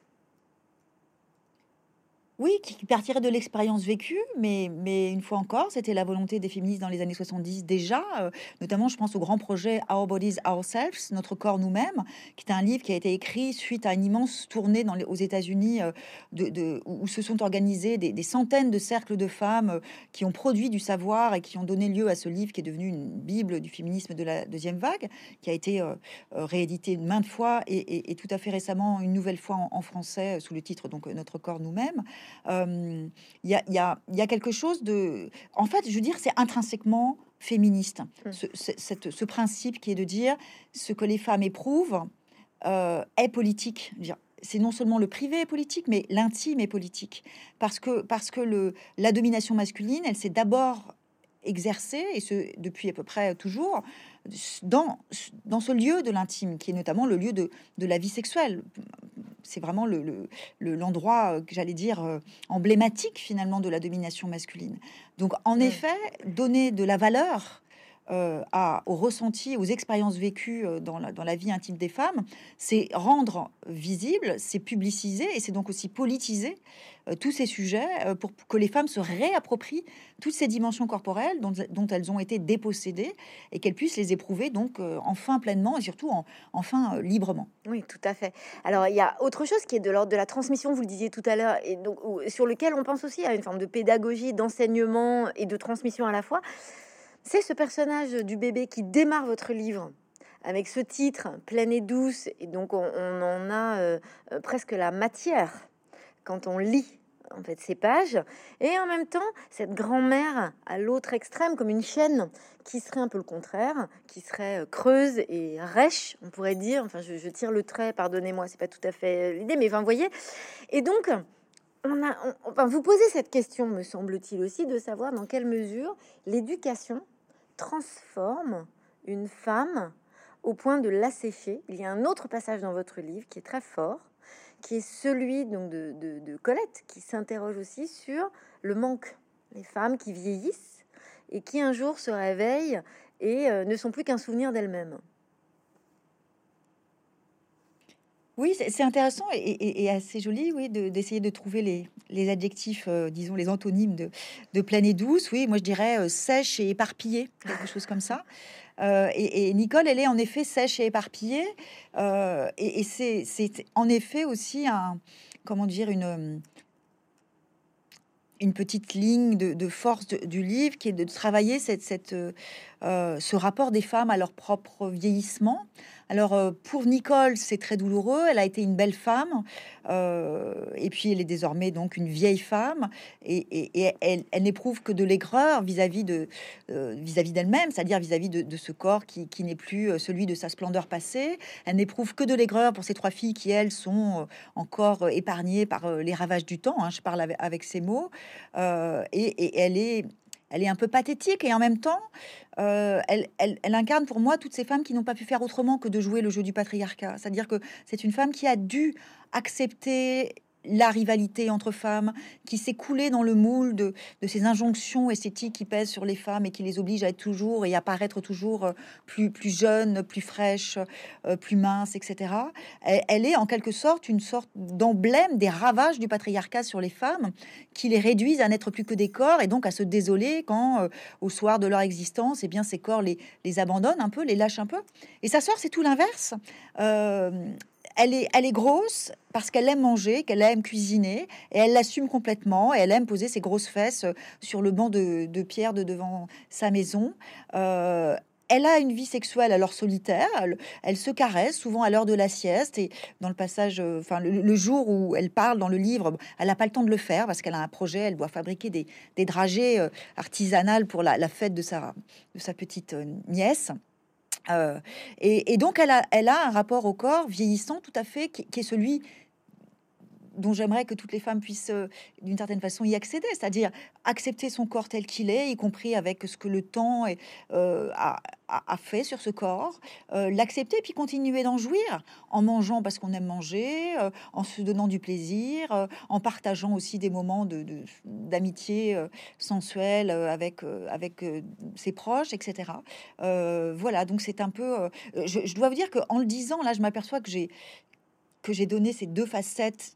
Oui, qui qui partirait de l'expérience vécue, mais, mais une fois encore, c'était la volonté des féministes dans les années soixante-dix déjà, euh, notamment je pense au grand projet Our Bodies Ourselves, Notre corps nous-mêmes, qui est un livre qui a été écrit suite à une immense tournée dans les- aux États-Unis euh, de, de- où où se sont organisés des, des centaines de cercles de femmes euh, qui ont produit du savoir et qui ont donné lieu à ce livre qui est devenu une bible du féminisme de la deuxième vague, qui a été euh, euh, réédité maintes fois et, et- et tout à fait récemment une nouvelle fois en, en français euh, sous le titre donc Notre corps nous-mêmes. Euh, Il y, a, il y a- il y a quelque chose de... En fait, je veux dire, c'est intrinsèquement féministe, Mm. ce, ce- cette- ce principe qui est de dire ce que les femmes éprouvent euh, est politique. Je veux dire, c'est non seulement le privé est politique, mais l'intime est politique. Parce que, parce que le, la domination masculine, elle s'est d'abord exercée, et ce, depuis à peu près toujours, dans, dans ce lieu de l'intime, qui est notamment le lieu de, de la vie sexuelle. C'est vraiment le, le- le- l'endroit, euh, que j'allais dire, euh, emblématique finalement de la domination masculine. Donc, en Mm. effet, donner de la valeur euh, à, aux ressentis, aux expériences vécues euh, dans la, dans la vie intime des femmes, c'est rendre visible, c'est publiciser et c'est donc aussi politiser euh, tous ces sujets euh, pour que les femmes se réapproprient toutes ces dimensions corporelles dont, dont elles ont été dépossédées et qu'elles puissent les éprouver donc euh, enfin pleinement et surtout en, enfin euh, librement. Oui, tout à fait. Alors, il y a autre chose qui est de l'ordre de la transmission, vous le disiez tout à l'heure, et donc où- sur lequel on pense aussi à une forme de pédagogie, d'enseignement et de transmission à la fois. C'est ce personnage du bébé qui démarre votre livre avec ce titre, Pleine et douce, et donc on, on en a euh, euh, presque la matière quand on lit en fait ces pages, et en même temps cette grand-mère à l'autre extrême comme une chaîne qui serait un peu le contraire, qui serait euh, creuse et rêche, on pourrait dire. Enfin, je, je tire le trait, pardonnez-moi, c'est pas tout à fait euh, l'idée, mais enfin, vous voyez. Et donc, on a, on- enfin, vous posez cette question, me semble-t-il aussi, de savoir dans quelle mesure l'éducation transforme une femme au point de l'assécher. Il y a un autre passage dans votre livre qui est très fort, qui est celui donc de, de, de Colette, qui s'interroge aussi sur le manque. les femmes qui vieillissent et qui un jour se réveillent et euh, ne sont plus qu'un souvenir d'elles-mêmes. Oui, c'est c'est intéressant et, et- et assez joli, oui, de- d'essayer de trouver les, les adjectifs, euh, disons les antonymes de, de pleine et douce. Oui, moi je dirais euh, sèche et éparpillée, quelque chose comme ça. Euh, et, et Nicole, elle est en effet sèche et éparpillée. Euh, et et c'est c'est en effet aussi un, comment dire, une, une petite ligne de, de force de- du livre qui est de travailler cette, cette, euh, euh, ce rapport des femmes à leur propre vieillissement. Alors euh, pour Nicole, c'est très douloureux. Elle a été une belle femme euh, et puis elle est désormais donc une vieille femme et, et- et elle, elle n'éprouve que de l'aigreur vis-à-vis de euh, vis-à-vis d'elle-même, c'est-à-dire vis-à-vis de, de ce corps qui, qui n'est plus euh, celui de sa splendeur passée. Elle n'éprouve que de l'aigreur pour ces trois filles qui elles sont euh, encore euh, épargnées par euh, les ravages du temps. Hein, je parle avec, avec ces mots. Euh, et, et elle est, elle est un peu pathétique et en même temps, euh, elle, elle, elle incarne pour moi toutes ces femmes qui n'ont pas pu faire autrement que de jouer le jeu du patriarcat. C'est-à-dire que c'est une femme qui a dû accepter la rivalité entre femmes, qui s'est coulée dans le moule de, de ces injonctions esthétiques qui pèsent sur les femmes et qui les obligent à être toujours et à paraître toujours euh, plus, plus jeune, plus fraîche, euh, plus mince, et cetera. Elle, elle est en quelque sorte une sorte d'emblème des ravages du patriarcat sur les femmes qui les réduisent à n'être plus que des corps et donc à se désoler quand, euh, au soir de leur existence, et bien ces corps les, les abandonnent un peu, les lâchent un peu. Et sa sœur, c'est tout l'inverse. Euh, elle est, elle est grosse parce qu'elle aime manger, qu'elle aime cuisiner, et elle l'assume complètement. Et elle aime poser ses grosses fesses sur le banc de, de pierre de devant sa maison. Euh, elle a une vie sexuelle alors solitaire. Elle, elle se caresse souvent à l'heure de la sieste et dans le passage, euh, enfin le, le jour où elle parle dans le livre, elle n'a pas le temps de le faire parce qu'elle a un projet. Elle doit fabriquer des, des dragées euh, artisanales pour la, la fête de sa, de sa petite euh, nièce. Euh, et, et donc elle a, elle a un rapport au corps vieillissant tout à fait qui, qui est celui dont j'aimerais que toutes les femmes puissent, euh, d'une certaine façon, y accéder, c'est-à-dire accepter son corps tel qu'il est, y compris avec ce que le temps est, euh, a, a- a fait sur ce corps, euh, l'accepter puis continuer d'en jouir en mangeant parce qu'on aime manger, euh, en se donnant du plaisir, euh, en partageant aussi des moments de, de- d'amitié euh, sensuelle euh, avec, euh, avec euh, ses proches, et cetera. Euh, voilà, donc c'est un peu... euh, je, je dois vous dire qu'en le disant, là, je m'aperçois que j'ai que j'ai donné ces deux facettes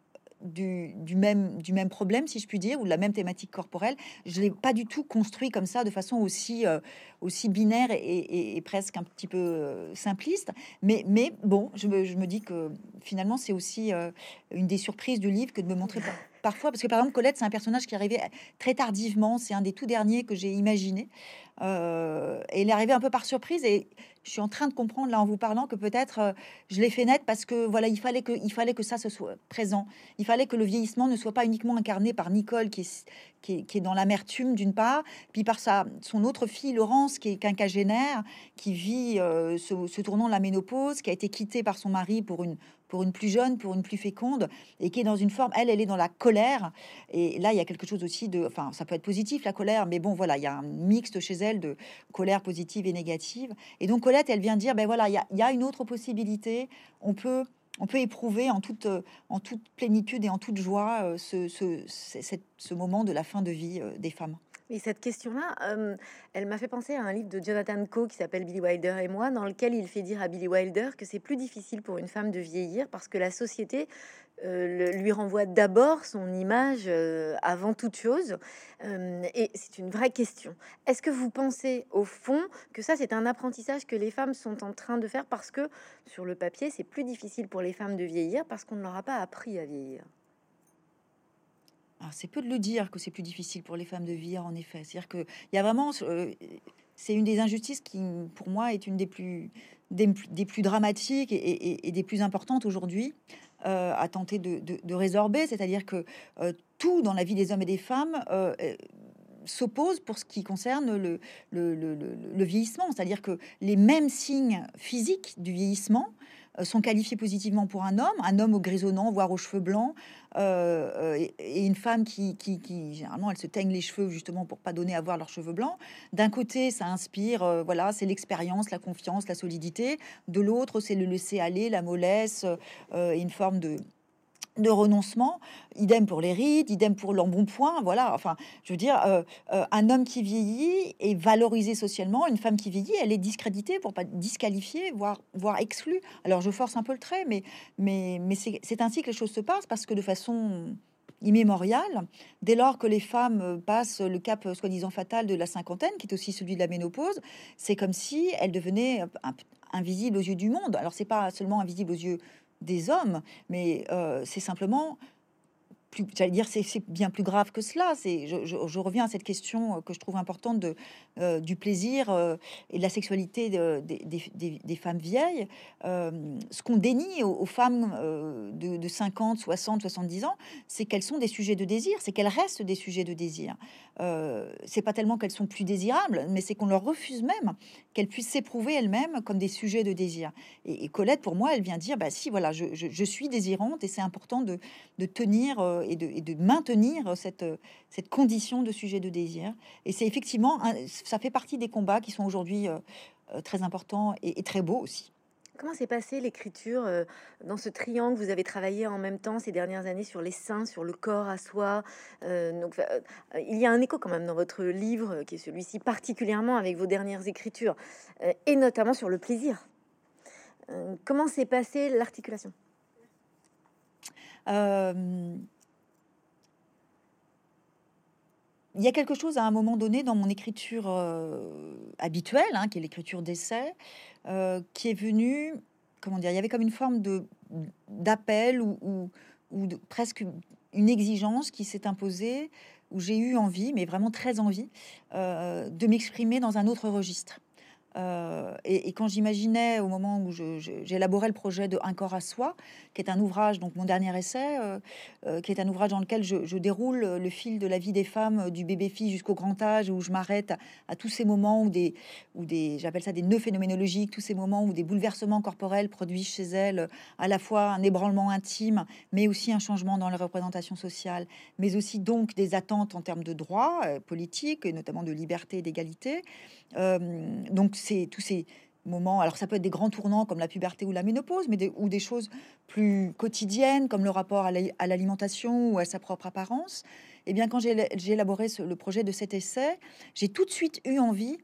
du, du même, du même problème, si je puis dire, ou de la même thématique corporelle. Je l'ai pas du tout construit comme ça, de façon aussi, euh, aussi binaire et, et- et presque un petit peu euh, simpliste. Mais, mais bon, je me, je me dis que finalement, c'est aussi euh, une des surprises du livre que de me montrer par- parfois, parce que par exemple, Colette, c'est un personnage qui est arrivé très tardivement. C'est un des tout derniers que j'ai imaginé. Euh, et il est arrivé un peu par surprise. Et je suis en train de comprendre, là, en vous parlant, que peut-être euh, je l'ai fait naître parce que voilà, il fallait que, il fallait que ça se soit présent. Il fallait que le vieillissement ne soit pas uniquement incarné par Nicole, qui est, qui est, qui est dans l'amertume d'une part, puis par sa, son autre fille, Laurence, qui est quinquagénaire, qui vit euh, ce, ce tournant de la ménopause, qui a été quittée par son mari pour une, pour une plus jeune, pour une plus féconde, et qui est dans une forme, elle, elle est dans la colère. Et là, il y a quelque chose aussi de, enfin, ça peut être positif, la colère, mais bon, voilà, il y a un mixte chez elle de colère positive et négative. Et donc, Colette, elle vient dire, ben voilà, il y a, il y a une autre possibilité, on peut on peut éprouver en toute, euh, en toute plénitude et en toute joie euh, ce, ce, ce, cette- ce moment de la fin de vie euh, des femmes. Et cette question-là, euh, elle m'a fait penser à un livre de Jonathan Coe qui s'appelle Billy Wilder et moi, dans lequel il fait dire à Billy Wilder que c'est plus difficile pour une femme de vieillir parce que la société euh, le- lui renvoie d'abord son image euh, avant toute chose. Euh, et c'est une vraie question. Est-ce que vous pensez au fond que ça, c'est un apprentissage que les femmes sont en train de faire parce que sur le papier, c'est plus difficile pour les femmes de vieillir parce qu'on ne leur a pas appris à vieillir? Alors, c'est peu de le dire que c'est plus difficile pour les femmes de vieillir, en effet. C'est-à-dire qu'il y a vraiment... euh, c'est une des injustices qui, pour moi, est une des plus, des, plus des plus dramatiques et, et- et des plus importantes aujourd'hui euh, à tenter de, de- de résorber. C'est-à-dire que euh, tout dans la vie des hommes et des femmes euh, euh, s'oppose pour ce qui concerne le, le, le- le- le vieillissement. C'est-à-dire que les mêmes signes physiques du vieillissement euh, sont qualifiés positivement pour un homme, un homme au grisonnant, voire aux cheveux blancs, euh, euh, et, et une femme qui, qui, qui, généralement, elle se teigne les cheveux justement pour pas donner à voir leurs cheveux blancs. D'un côté, ça inspire, euh, voilà, c'est l'expérience, la confiance, la solidité. De l'autre, c'est le laisser aller, la mollesse, euh, et une forme de de renoncement. Idem pour les rides, idem pour l'embonpoint. Voilà, enfin, je veux dire, euh, euh, un homme qui vieillit est valorisé socialement. Une femme qui vieillit, elle est discréditée, pour pas disqualifiée, voire, voire exclue. Alors, je force un peu le trait, mais, mais, mais c'est c'est ainsi que les choses se passent, parce que de façon immémoriale, dès lors que les femmes euh, passent le cap euh, soi-disant fatal de la cinquantaine, qui est aussi celui de la ménopause, c'est comme si elles devenaient un- un- invisibles aux yeux du monde. Alors, c'est pas seulement invisible aux yeux des hommes, mais euh, c'est simplement plus, j'allais dire, c'est c'est bien plus grave que cela. C'est, je, je- je reviens à cette question euh, que je trouve importante de, euh, du plaisir euh, et de la sexualité de- des, des- des- des femmes vieilles. Euh, ce qu'on dénie aux, aux femmes euh, de, de cinquante, soixante, soixante-dix ans, c'est qu'elles sont des sujets de désir, c'est qu'elles restent des sujets de désir. Euh, c'est pas tellement qu'elles sont plus désirables, mais c'est qu'on leur refuse même qu'elles puissent s'éprouver elles-mêmes comme des sujets de désir. Et, et Colette, pour moi, elle vient dire, bah si, voilà, je, je- je suis désirante et c'est important de de tenir euh, et, de, et de maintenir cette, euh, cette condition de sujet de désir. Et c'est effectivement, un- ça fait partie des combats qui sont aujourd'hui euh, euh, très importants et, et très beaux aussi. Comment s'est passée l'écriture euh, dans ce triangle? Vous avez travaillé en même temps ces dernières années sur les seins, sur le corps à soi. Euh, donc, euh, il y a un écho quand même dans votre livre, euh, qui est celui-ci, particulièrement avec vos dernières écritures, euh, et notamment sur le plaisir. Euh, comment s'est passée l'articulation? Euh, il y a quelque chose à un moment donné dans mon écriture euh, habituelle, hein, qui est l'écriture d'essai, euh, qui est venue, comment dire, il y avait comme une forme de d'appel ou, ou, ou de, presque une exigence qui s'est imposée, où j'ai eu envie, mais vraiment très envie, euh, de m'exprimer dans un autre registre. Euh, et, et quand j'imaginais, au moment où je- je- j'élaborais le projet de Un corps à soi, qui est un ouvrage, donc mon dernier essai, euh, euh, qui est un ouvrage dans lequel je, je déroule le fil de la vie des femmes, euh, du bébé-fille jusqu'au grand âge, où je m'arrête à, à tous ces moments où des, où des, j'appelle ça des nœuds phénoménologiques, tous ces moments où des bouleversements corporels produisent chez elles euh, à la fois un ébranlement intime, mais aussi un changement dans les représentations sociales, mais aussi donc des attentes en termes de droits euh, politiques, et notamment de liberté et d'égalité. Euh, donc c'est tous ces moments, alors ça peut être des grands tournants comme la puberté ou la ménopause, mais des, ou des choses plus quotidiennes comme le rapport à la- à l'alimentation ou à sa propre apparence. Et bien quand j'ai j'ai élaboré ce- le projet de cet essai, j'ai tout de suite eu envie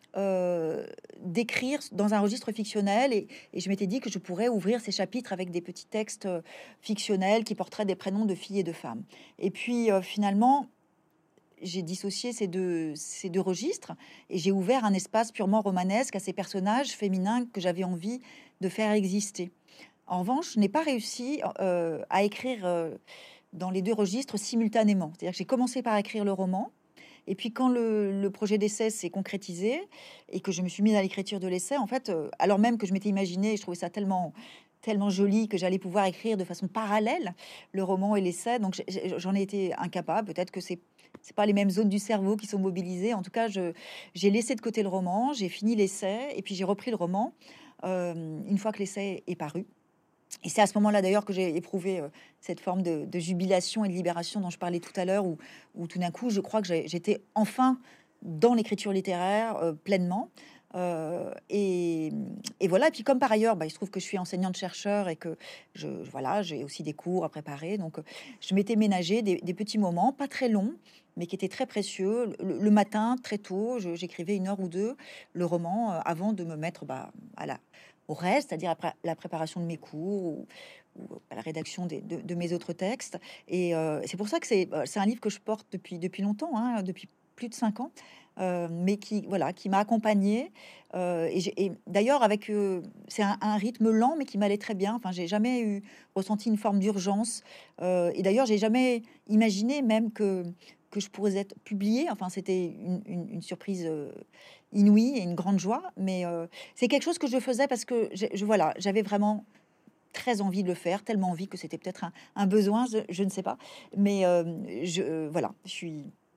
euh, d'écrire dans un registre fictionnel et, et je m'étais dit que je pourrais ouvrir ces chapitres avec des petits textes euh, fictionnels qui porteraient des prénoms de filles et de femmes. Et puis euh, finalement, j'ai dissocié ces deux, ces deux registres et j'ai ouvert un espace purement romanesque à ces personnages féminins que j'avais envie de faire exister. En revanche, je n'ai pas réussi euh, à écrire euh, dans les deux registres simultanément. C'est-à-dire que j'ai commencé par écrire le roman, et puis quand le, le projet d'essai s'est concrétisé et que je me suis mise à l'écriture de l'essai, en fait, euh, alors même que je m'étais imaginé, je trouvais ça tellement tellement joli que j'allais pouvoir écrire de façon parallèle le roman et l'essai, donc j'ai- j'ai- j'en ai été incapable. Peut-être que c'est c'est pas les mêmes zones du cerveau qui sont mobilisées. En tout cas, je j'ai laissé de côté le roman, j'ai fini l'essai et puis j'ai repris le roman euh, une fois que l'essai est paru. Et c'est à ce moment-là d'ailleurs que j'ai éprouvé euh, cette forme de, de jubilation et de libération dont je parlais tout à l'heure, où, où tout d'un coup, je crois que j'ai- j'étais enfin dans l'écriture littéraire euh, pleinement. Euh, et, et voilà. Et puis comme par ailleurs, bah, il se trouve que je suis enseignante-chercheur et que je, voilà, j'ai aussi des cours à préparer. Donc, euh, je m'étais ménagé des, des petits moments, pas très longs, mais qui étaient très précieux. Le, le matin, très tôt, je- j'écrivais une heure ou deux le roman euh, avant de me mettre bah, à la au reste, c'est-à-dire après la préparation de mes cours ou, ou à la rédaction des- de, de mes autres textes. Et euh, c'est pour ça que c'est euh, c'est un livre que je porte depuis, depuis longtemps, hein, depuis plus de cinq ans, euh, mais qui voilà, qui m'a accompagnée. Euh, et j'ai- et d'ailleurs, avec euh, c'est un, un rythme lent, mais qui m'allait très bien. Enfin, j'ai jamais eu ressenti une forme d'urgence. Euh, et d'ailleurs, j'ai jamais imaginé même que que je pourrais être publiée. Enfin, c'était une, une- une surprise euh, inouïe et une grande joie. Mais euh, c'est quelque chose que je faisais parce que je, je- voilà, j'avais vraiment très envie de le faire, tellement envie que c'était peut-être un, un besoin, je, je ne sais pas. Mais euh, je, euh, voilà, je suis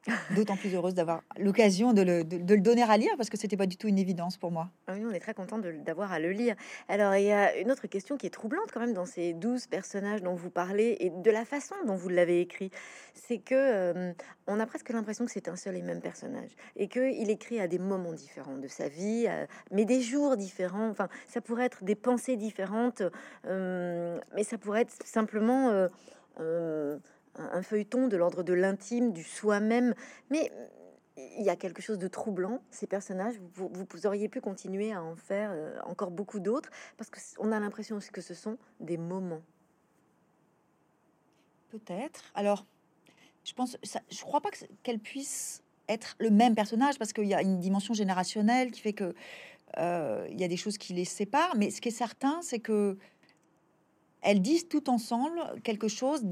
d'autant plus heureuse d'avoir l'occasion de le de de le donner à lire parce que c'était pas du tout une évidence pour moi. Ah oui, on est très content de d'avoir à le lire. Alors, il y a une autre question qui est troublante quand même dans ces douze personnages dont vous parlez et de la façon dont vous l'avez écrit. C'est que, hem, on a presque l'impression que c'est un seul et même personnage et qu'il écrit à des moments différents de sa vie, heu, mais des jours différents. Enfin, ça pourrait être des pensées différentes, hem, mais ça pourrait être simplement, heu, heu, un un feuilleton de l'ordre de l'intime, du soi-même. Mais il y a quelque chose de troublant, ces personnages. Vous, vous, vous auriez pu continuer à en faire euh, encore beaucoup d'autres, parce que c- on a l'impression aussi que ce sont des moments. Peut-être. Alors, je pense ça je crois pas que c qu'elle puisse être le même personnage parce qu'il y a une dimension générationnelle qui fait que, heu, il y a des choses qui les séparent. Mais ce qui est certain, c'est que elles disent tout ensemble quelque chose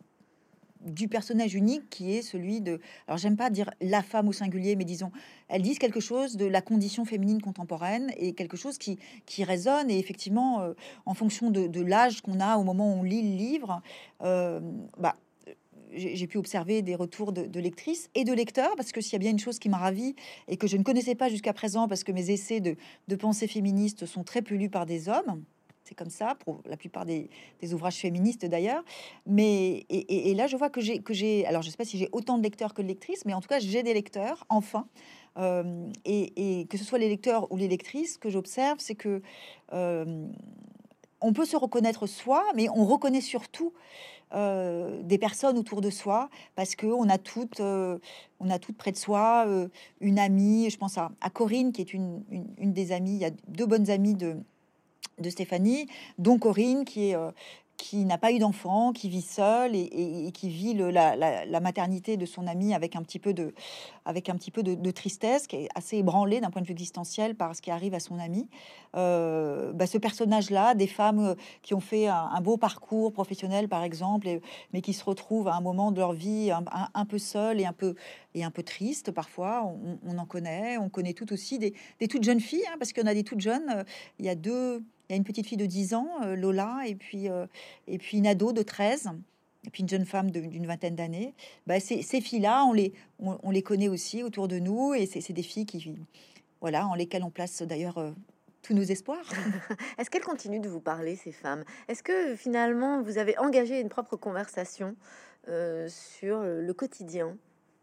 du personnage unique qui est celui de, alors j'aime pas dire la femme au singulier, mais disons, elles disent quelque chose de la condition féminine contemporaine et quelque chose qui, qui résonne. Et effectivement, euh, en fonction de, de l'âge qu'on a au moment où on lit le livre, euh, bah, j'ai j'ai pu observer des retours de, de lectrices et de lecteurs, parce que s'il y a bien une chose qui m'a ravie et que je ne connaissais pas jusqu'à présent, parce que mes essais de, de pensée féministe sont très peu lus par des hommes, c'est comme ça pour la plupart des, des ouvrages féministes d'ailleurs. Mais et, et- et là, je vois que j'ai que j'ai. Alors, je sais pas si j'ai autant de lecteurs que de lectrices, mais en tout cas, j'ai des lecteurs enfin. Euh, et, et que ce soit les lecteurs ou les lectrices, ce que j'observe, c'est que euh, on peut se reconnaître soi, mais on reconnaît surtout euh, des personnes autour de soi, parce que on a toutes, euh, on a toutes près de soi euh, une amie. Je pense à, à Corinne, qui est une, une, une des amies. Il y a deux bonnes amies de de Stéphanie, dont Corinne, qui est euh, qui n'a pas eu d'enfant, qui vit seule et, et- et qui vit le- la, la- la maternité de son amie avec un petit peu de, avec un petit peu de, de tristesse, qui est assez ébranlée d'un point de vue existentiel par ce qui arrive à son amie. Euh, bah, ce personnage-là, des femmes euh, qui ont fait un, un beau parcours professionnel, par exemple, et- mais qui se retrouvent à un moment de leur vie un, un- un peu seules et un peu et un peu tristes parfois. On, on en connaît, on connaît toutes aussi des, des toutes jeunes filles, hein, parce qu'il y en a des toutes jeunes. euh, Il y a deux il y a une petite fille de dix ans, euh, Lola, et puis, euh, et puis une ado de treize, et puis une jeune femme de- d'une vingtaine d'années. Bah, ces, ces filles-là, on les, on, on les connaît aussi autour de nous, et c'est c'est des filles qui, voilà, en lesquelles on place d'ailleurs euh, tous nos espoirs. Est-ce qu'elles continuent de vous parler, ces femmes? Est-ce que finalement, vous avez engagé une propre conversation euh, sur le quotidien?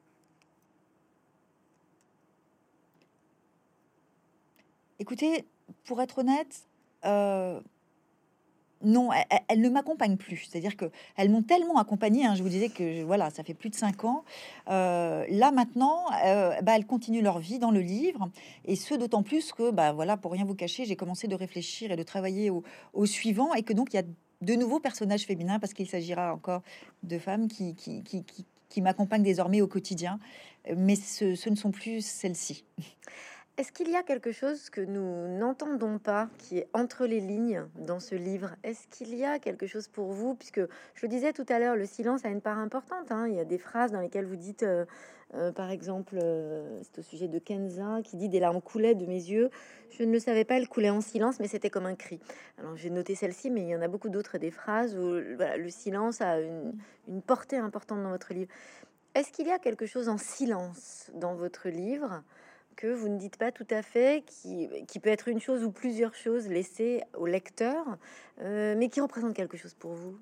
Écoutez, pour être honnête, euh, non, elles, elles- elles ne m'accompagnent plus. C'est-à-dire que elles m'ont tellement accompagnée, hein, je vous disais que je- voilà, ça fait plus de cinq ans. Euh, là maintenant, euh, bah, elles continuent leur vie dans le livre, et ce d'autant plus que, bah voilà, pour rien vous cacher, j'ai commencé de réfléchir et de travailler au, au suivant, et que donc il y a de nouveaux personnages féminins, parce qu'il s'agira encore de femmes qui, qui, qui, qui- qui m'accompagnent désormais au quotidien, mais ce, ce ne sont plus celles-ci. Est-ce qu'il y a quelque chose que nous n'entendons pas, qui est entre les lignes dans ce livre? Est-ce qu'il y a quelque chose pour vous? Puisque je le disais tout à l'heure, le silence a une part importante, hein. Il y a des phrases dans lesquelles vous dites, euh, euh, par exemple, euh, c'est au sujet de Kenza, qui dit: des larmes coulaient de mes yeux. Je ne le savais pas, elles coulaient en silence, mais c'était comme un cri. Alors j'ai noté celle-ci, mais il y en a beaucoup d'autres, des phrases où voilà, le silence a une, une portée importante dans votre livre. Est-ce qu'il y a quelque chose en silence dans votre livre que vous ne dites pas tout à fait, qui, qui peut être une chose ou plusieurs choses laissées au lecteur, euh, mais qui représente quelque chose pour vous?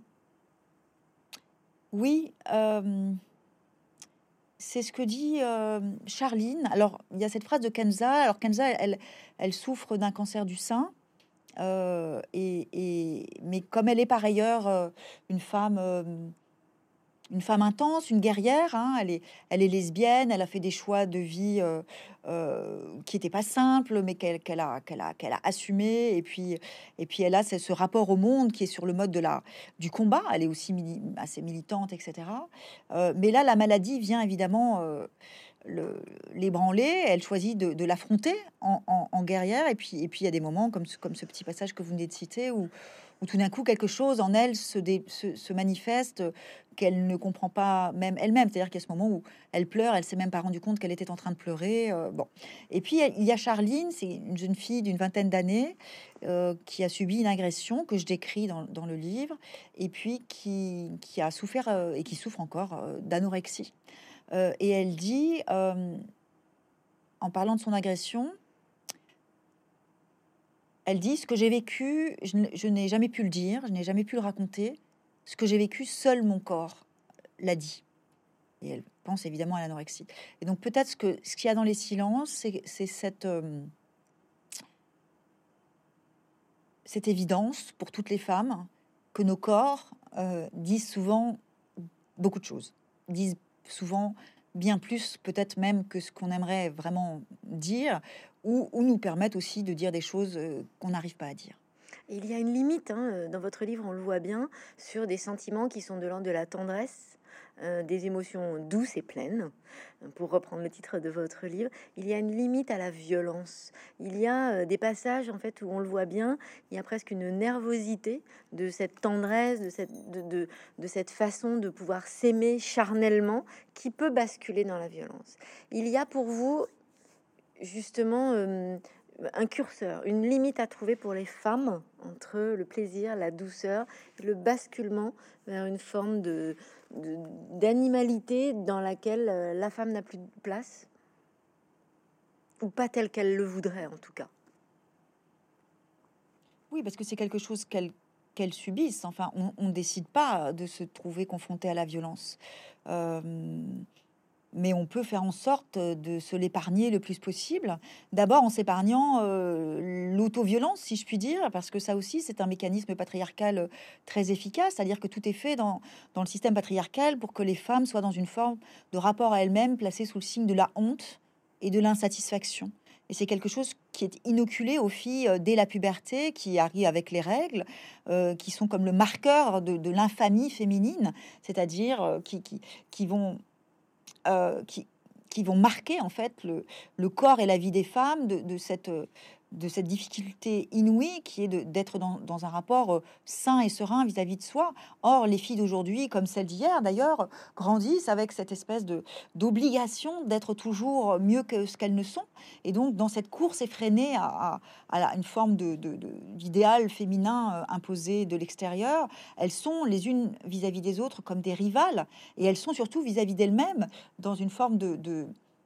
Oui, euh, c'est ce que dit euh, Charline. Alors, il y a cette phrase de Kenza. Alors, Kenza, elle, elle souffre d'un cancer du sein. euh, et, et- mais comme elle est par ailleurs euh, une femme, euh, une femme intense, une guerrière, hein, elle est, elle est lesbienne, elle a fait des choix de vie euh, euh, qui n'étaient pas simples, mais qu'elle qu'elle a, qu'elle a, qu'elle a assumé. Et puis, et puis elle a ce, ce rapport au monde qui est sur le mode de la, du combat. Elle est aussi mili- assez militante, et cetera. Euh, mais là, la maladie vient évidemment euh, le, l'ébranler. Elle choisit de, de l'affronter en, en- en guerrière. Et puis, et puis il y a des moments comme ce, comme ce petit passage que vous venez de citer où, où tout d'un coup quelque chose en elle se, dé- se, se manifeste qu'elle ne comprend pas même elle-même. C'est-à-dire qu'il y a ce moment où elle pleure, elle s'est même pas rendue compte qu'elle était en train de pleurer. euh, bon. Et puis il y a Charline, c'est une jeune fille d'une vingtaine d'années euh, qui a subi une agression que je décris dans, dans le livre, et puis qui, qui a souffert euh, et qui souffre encore euh, d'anorexie. Euh, et elle dit, euh, en parlant de son agression, elle dit: «Ce que j'ai vécu, je n je n'ai jamais pu le dire, je n'ai jamais pu le raconter. Ce que j'ai vécu, seul mon corps l'a dit». Et elle pense évidemment à l'anorexie. Et donc peut-être ce que ce qu'il y a dans les silences, c'est c'est cette, hem, cette évidence pour toutes les femmes que nos corps, heu, disent souvent beaucoup de choses. Disent souvent bien plus, peut-être même que ce qu'on aimerait vraiment dire, ou ou nous permettent aussi de dire des choses, heu, qu'on n'arrive pas à dire. Et il y a une limite, hein, euh, dans votre livre, on le voit bien, sur des sentiments qui sont de l'ordre de la tendresse, euh, des émotions douces et pleines, pour reprendre le titre de votre livre. Il y a une limite à la violence. Il y a euh, des passages, en fait, où on le voit bien, il y a presque une nervosité de cette tendresse, de cette, de, de, de cette façon de pouvoir s'aimer charnellement, qui peut basculer dans la violence. Il y a pour vous, justement, euh, un curseur, une limite à trouver pour les femmes entre le plaisir, la douceur, et le basculement vers une forme de, de- d'animalité dans laquelle euh, la femme n'a plus de place, ou pas telle qu'elle le voudrait en tout cas. Oui, parce que c'est quelque chose qu'elles qu'elles subissent. Enfin, on ne décide pas de se trouver confronté à la violence. Hem, mais on peut faire en sorte de se l'épargner le plus possible. D'abord en s'épargnant, heu, l'autoviolence, si je puis dire, parce que ça aussi, c'est un mécanisme patriarcal, heu, très efficace. C'est-à-dire que tout est fait dans dans le système patriarcal pour que les femmes soient dans une forme de rapport à elles-mêmes placée sous le signe de la honte et de l'insatisfaction. Et c'est quelque chose qui est inoculé aux filles, heu, dès la puberté, qui arrive avec les règles, heu, qui sont comme le marqueur de de l'infamie féminine, c'est-à-dire, heu, qui qui qui vont heu, qui qui vont marquer en fait le le corps et la vie des femmes de de cette, heu, de cette difficulté inouïe qui est de d'être dans dans un rapport, heu, sain et serein vis-à-vis de soi. Or, les filles d'aujourd'hui, comme celles d'hier d'ailleurs, grandissent avec cette espèce de d'obligation d'être toujours mieux que ce qu'elles ne sont, et donc dans cette course effrénée à à à la une forme de de de d'idéal féminin, heu, imposé de l'extérieur, elles sont les unes vis-à-vis des autres comme des rivales, et elles sont surtout vis-à-vis d'elles-mêmes dans une forme de, de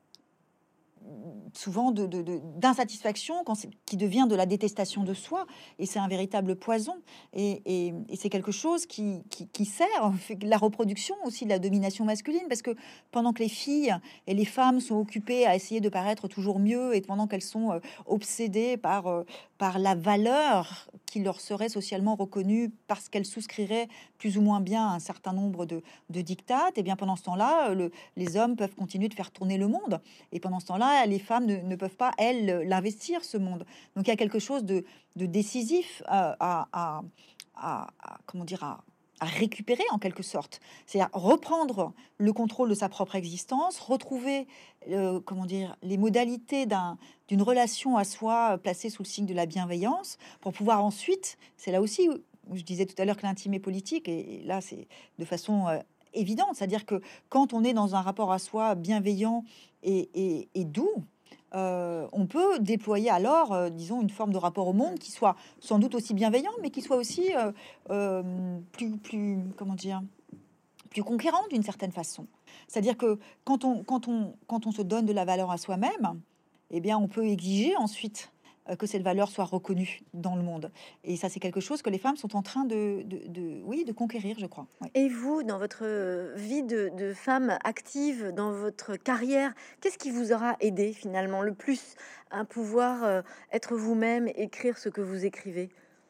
souvent de, de- de- d'insatisfaction quand c'est- qui devient de la détestation de soi, et c'est un véritable poison, et, et- et c'est quelque chose qui, qui, qui sert fait que la reproduction aussi de la domination masculine, parce que pendant que les filles et les femmes sont occupées à essayer de paraître toujours mieux, et pendant qu'elles sont euh, obsédées par, euh, par la valeur qui leur serait socialement reconnue parce qu'elles souscriraient plus ou moins bien à un certain nombre de, de dictates, et bien pendant ce temps-là, euh, le- les hommes peuvent continuer de faire tourner le monde. Et pendant ce temps-là, les femmes ne, ne peuvent pas, elles, l'investir, ce monde. Donc il y a quelque chose de, de décisif à, à- à- à- à- comment dire, à, à récupérer en quelque sorte. C'est-à-dire reprendre le contrôle de sa propre existence, retrouver, euh, comment dire, les modalités d'un, d'une relation à soi placée sous le signe de la bienveillance, pour pouvoir ensuite, c'est là aussi où où je disais tout à l'heure que l'intime est politique, et, et là c'est de façon euh, évidente, c'est-à-dire que quand on est dans un rapport à soi bienveillant et, et- et doux, euh, on peut déployer alors, euh, disons, une forme de rapport au monde qui soit sans doute aussi bienveillant, mais qui soit aussi euh, euh, plus, plus, comment dire, plus conquérant d'une certaine façon. C'est-à-dire que quand on, quand on, quand on se donne de la valeur à soi-même, eh bien, on peut exiger ensuite euh, que cette valeur soit reconnue dans le monde. Et ça, c'est quelque chose que les femmes sont en train de, de, de- oui, de conquérir, je crois. Ouais. Et vous, dans votre euh, vie de, de femme active, dans votre carrière, qu'est-ce qui vous aura aidé finalement le plus à pouvoir euh, être vous-même, écrire ce que vous écrivez?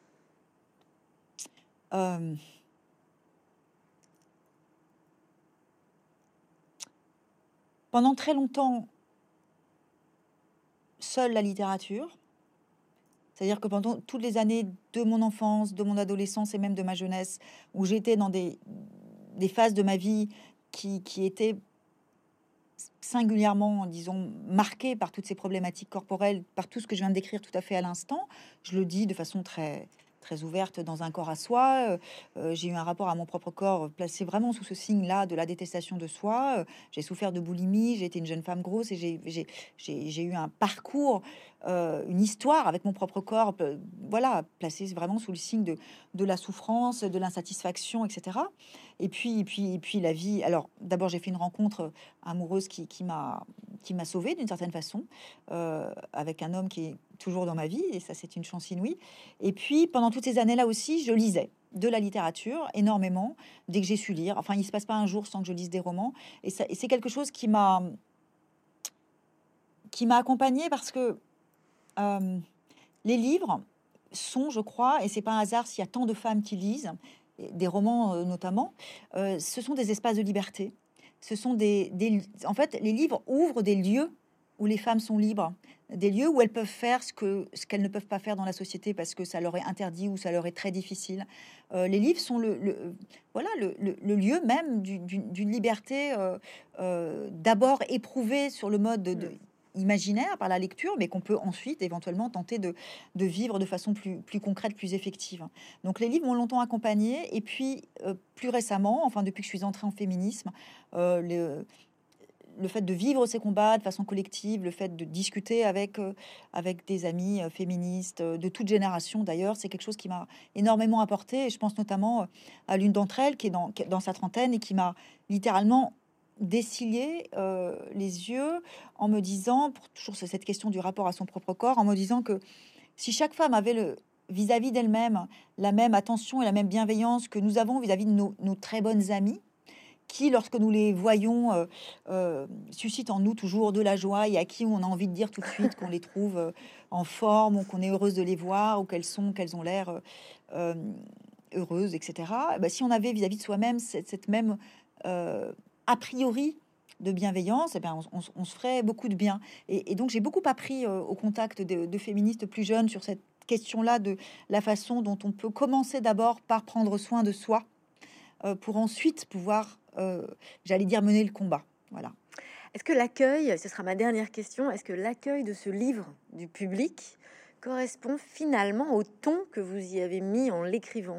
Euh, Pendant très longtemps, seule la littérature. C'est-à-dire que pendant toutes les années de mon enfance, de mon adolescence et même de ma jeunesse, où j'étais dans des, des phases de ma vie qui, qui étaient singulièrement, disons, marquées par toutes ces problématiques corporelles, par tout ce que je viens de décrire tout à fait à l'instant, je le dis de façon très, très ouverte dans un corps à soi. Euh, euh, j'ai eu un rapport à mon propre corps placé vraiment sous ce signe-là de la détestation de soi. Euh, j'ai souffert de boulimie, j'ai été une jeune femme grosse et j'ai, j'ai, j'ai, j'ai eu un parcours, euh, une histoire avec mon propre corps, euh, voilà, placé vraiment sous le signe de, de la souffrance, de l'insatisfaction, et cetera. Et puis, et puis, et puis la vie. Alors, d'abord, j'ai fait une rencontre amoureuse qui, qui m'a qui m'a sauvée d'une certaine façon, euh, avec un homme qui est toujours dans ma vie, et ça, c'est une chance inouïe. Et puis, pendant toutes ces années-là aussi, je lisais de la littérature énormément, dès que j'ai su lire. Enfin, il se passe pas un jour sans que je lise des romans. Et, ça, et c'est quelque chose qui m'a qui m'a accompagnée parce que euh, les livres sont, je crois, et c'est pas un hasard s'il y a tant de femmes qui lisent, et des romans euh, notamment, euh, ce sont des espaces de liberté. Ce sont des, des- en fait, les livres ouvrent des lieux où les femmes sont libres, des lieux où elles peuvent faire ce que ce qu'elles ne peuvent pas faire dans la société parce que ça leur est interdit ou ça leur est très difficile. Euh, les livres sont le, le- voilà le, le- le lieu même du- d'une d'une liberté euh, euh, d'abord éprouvée sur le mode de, de- imaginaire par la lecture, mais qu'on peut ensuite éventuellement tenter de, de vivre de façon plus, plus concrète, plus effective. Donc les livres m'ont longtemps accompagnée, et puis euh, plus récemment, enfin depuis que je suis entrée en féminisme, euh, le, le fait de vivre ces combats de façon collective, le fait de discuter avec, euh, avec des amis euh, féministes euh, de toute génération d'ailleurs, c'est quelque chose qui m'a énormément apporté. Et je pense notamment euh, à l'une d'entre elles qui est dans, qui est dans sa trentaine et qui m'a littéralement dessillé euh, les yeux en me disant, pour toujours sur cette question du rapport à son propre corps, en me disant que si chaque femme avait le vis-à-vis d'elle-même la même attention et la même bienveillance que nous avons vis-à-vis de nos, nos très bonnes amies, qui, lorsque nous les voyons, euh, euh, suscitent en nous toujours de la joie et à qui on a envie de dire tout de suite qu'on les trouve euh, en forme ou qu'on est heureuse de les voir ou qu'elles sont, qu'elles ont l'air euh, euh, heureuses, et cetera. Bah, si on avait vis-à-vis de soi-même cette, cette même euh, a priori de bienveillance, eh bien, on, on- on se ferait beaucoup de bien. Et, et donc, j'ai beaucoup appris euh, au contact de, de féministes plus jeunes sur cette question-là de la façon dont on peut commencer d'abord par prendre soin de soi euh, pour ensuite pouvoir, euh, j'allais dire, mener le combat. Voilà. Est-ce que l'accueil, ce sera ma dernière question, est-ce que l'accueil de ce livre du public correspond finalement au ton que vous y avez mis en l'écrivant?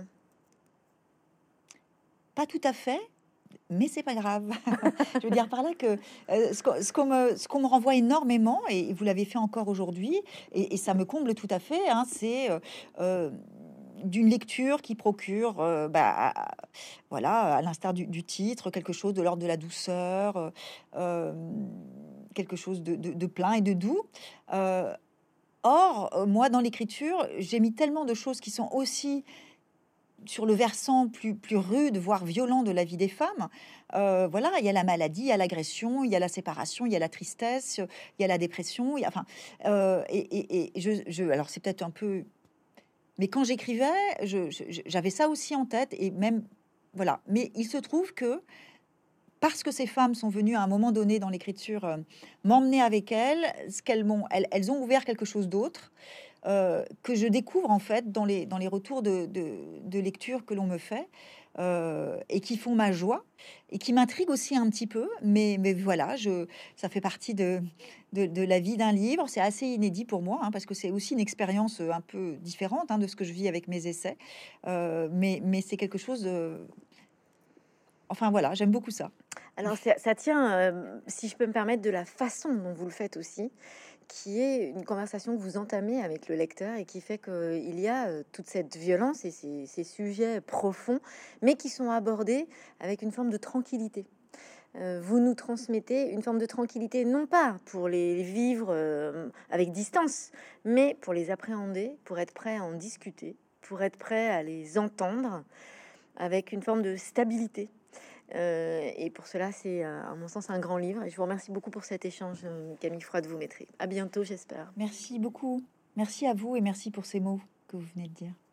Pas tout à fait, mais c'est pas grave. Je veux dire par là que euh, ce qu'on ce qu'on me, ce qu'on me renvoie énormément, et vous l'avez fait encore aujourd'hui, et, et ça me comble tout à fait, hein, c'est euh, euh, d'une lecture qui procure, euh, bah, voilà, à l'instar du, du titre, quelque chose de l'ordre de la douceur, euh, euh, quelque chose de, de- de plein et de doux. Euh, Or, euh, moi, dans l'écriture, j'ai mis tellement de choses qui sont aussi sur le versant plus, plus rude, voire violent de la vie des femmes. Euh, voilà, il y a la maladie, il y a l'agression, il y a la séparation, il y a la tristesse, il y a la dépression. Il y a, enfin, euh, et, et- et je, je- alors c'est peut-être un peu, mais quand j'écrivais, je- je- j'avais ça aussi en tête, et même, voilà. Mais il se trouve que parce que ces femmes sont venues à un moment donné dans l'écriture euh, m'emmener avec elles, ce qu'elles m'ont, elles, elles ont ouvert quelque chose d'autre euh, que je découvre en fait dans les, dans les retours de, de, de lecture que l'on me fait euh, et qui font ma joie et qui m'intriguent aussi un petit peu. Mais, mais voilà, je, ça fait partie de, de, de la vie d'un livre. C'est assez inédit pour moi hein, parce que c'est aussi une expérience un peu différente hein, de ce que je vis avec mes essais. Euh, mais mais c'est quelque chose de... Enfin voilà, j'aime beaucoup ça. Alors ça, ça tient, euh, si je peux me permettre, de la façon dont vous le faites aussi, qui est une conversation que vous entamez avec le lecteur et qui fait qu'il y a euh, toute cette violence et ces, ces sujets profonds, mais qui sont abordés avec une forme de tranquillité. Euh, vous nous transmettez une forme de tranquillité, non pas pour les vivre euh, avec distance, mais pour les appréhender, pour être prêt à en discuter, pour être prêt à les entendre avec une forme de stabilité. Euh, et pour cela, c'est euh, à mon sens un grand livre. Et je vous remercie beaucoup pour cet échange, euh, Camille Froide. Vous mettrez. À bientôt, j'espère. Merci beaucoup. Merci à vous et merci pour ces mots que vous venez de dire.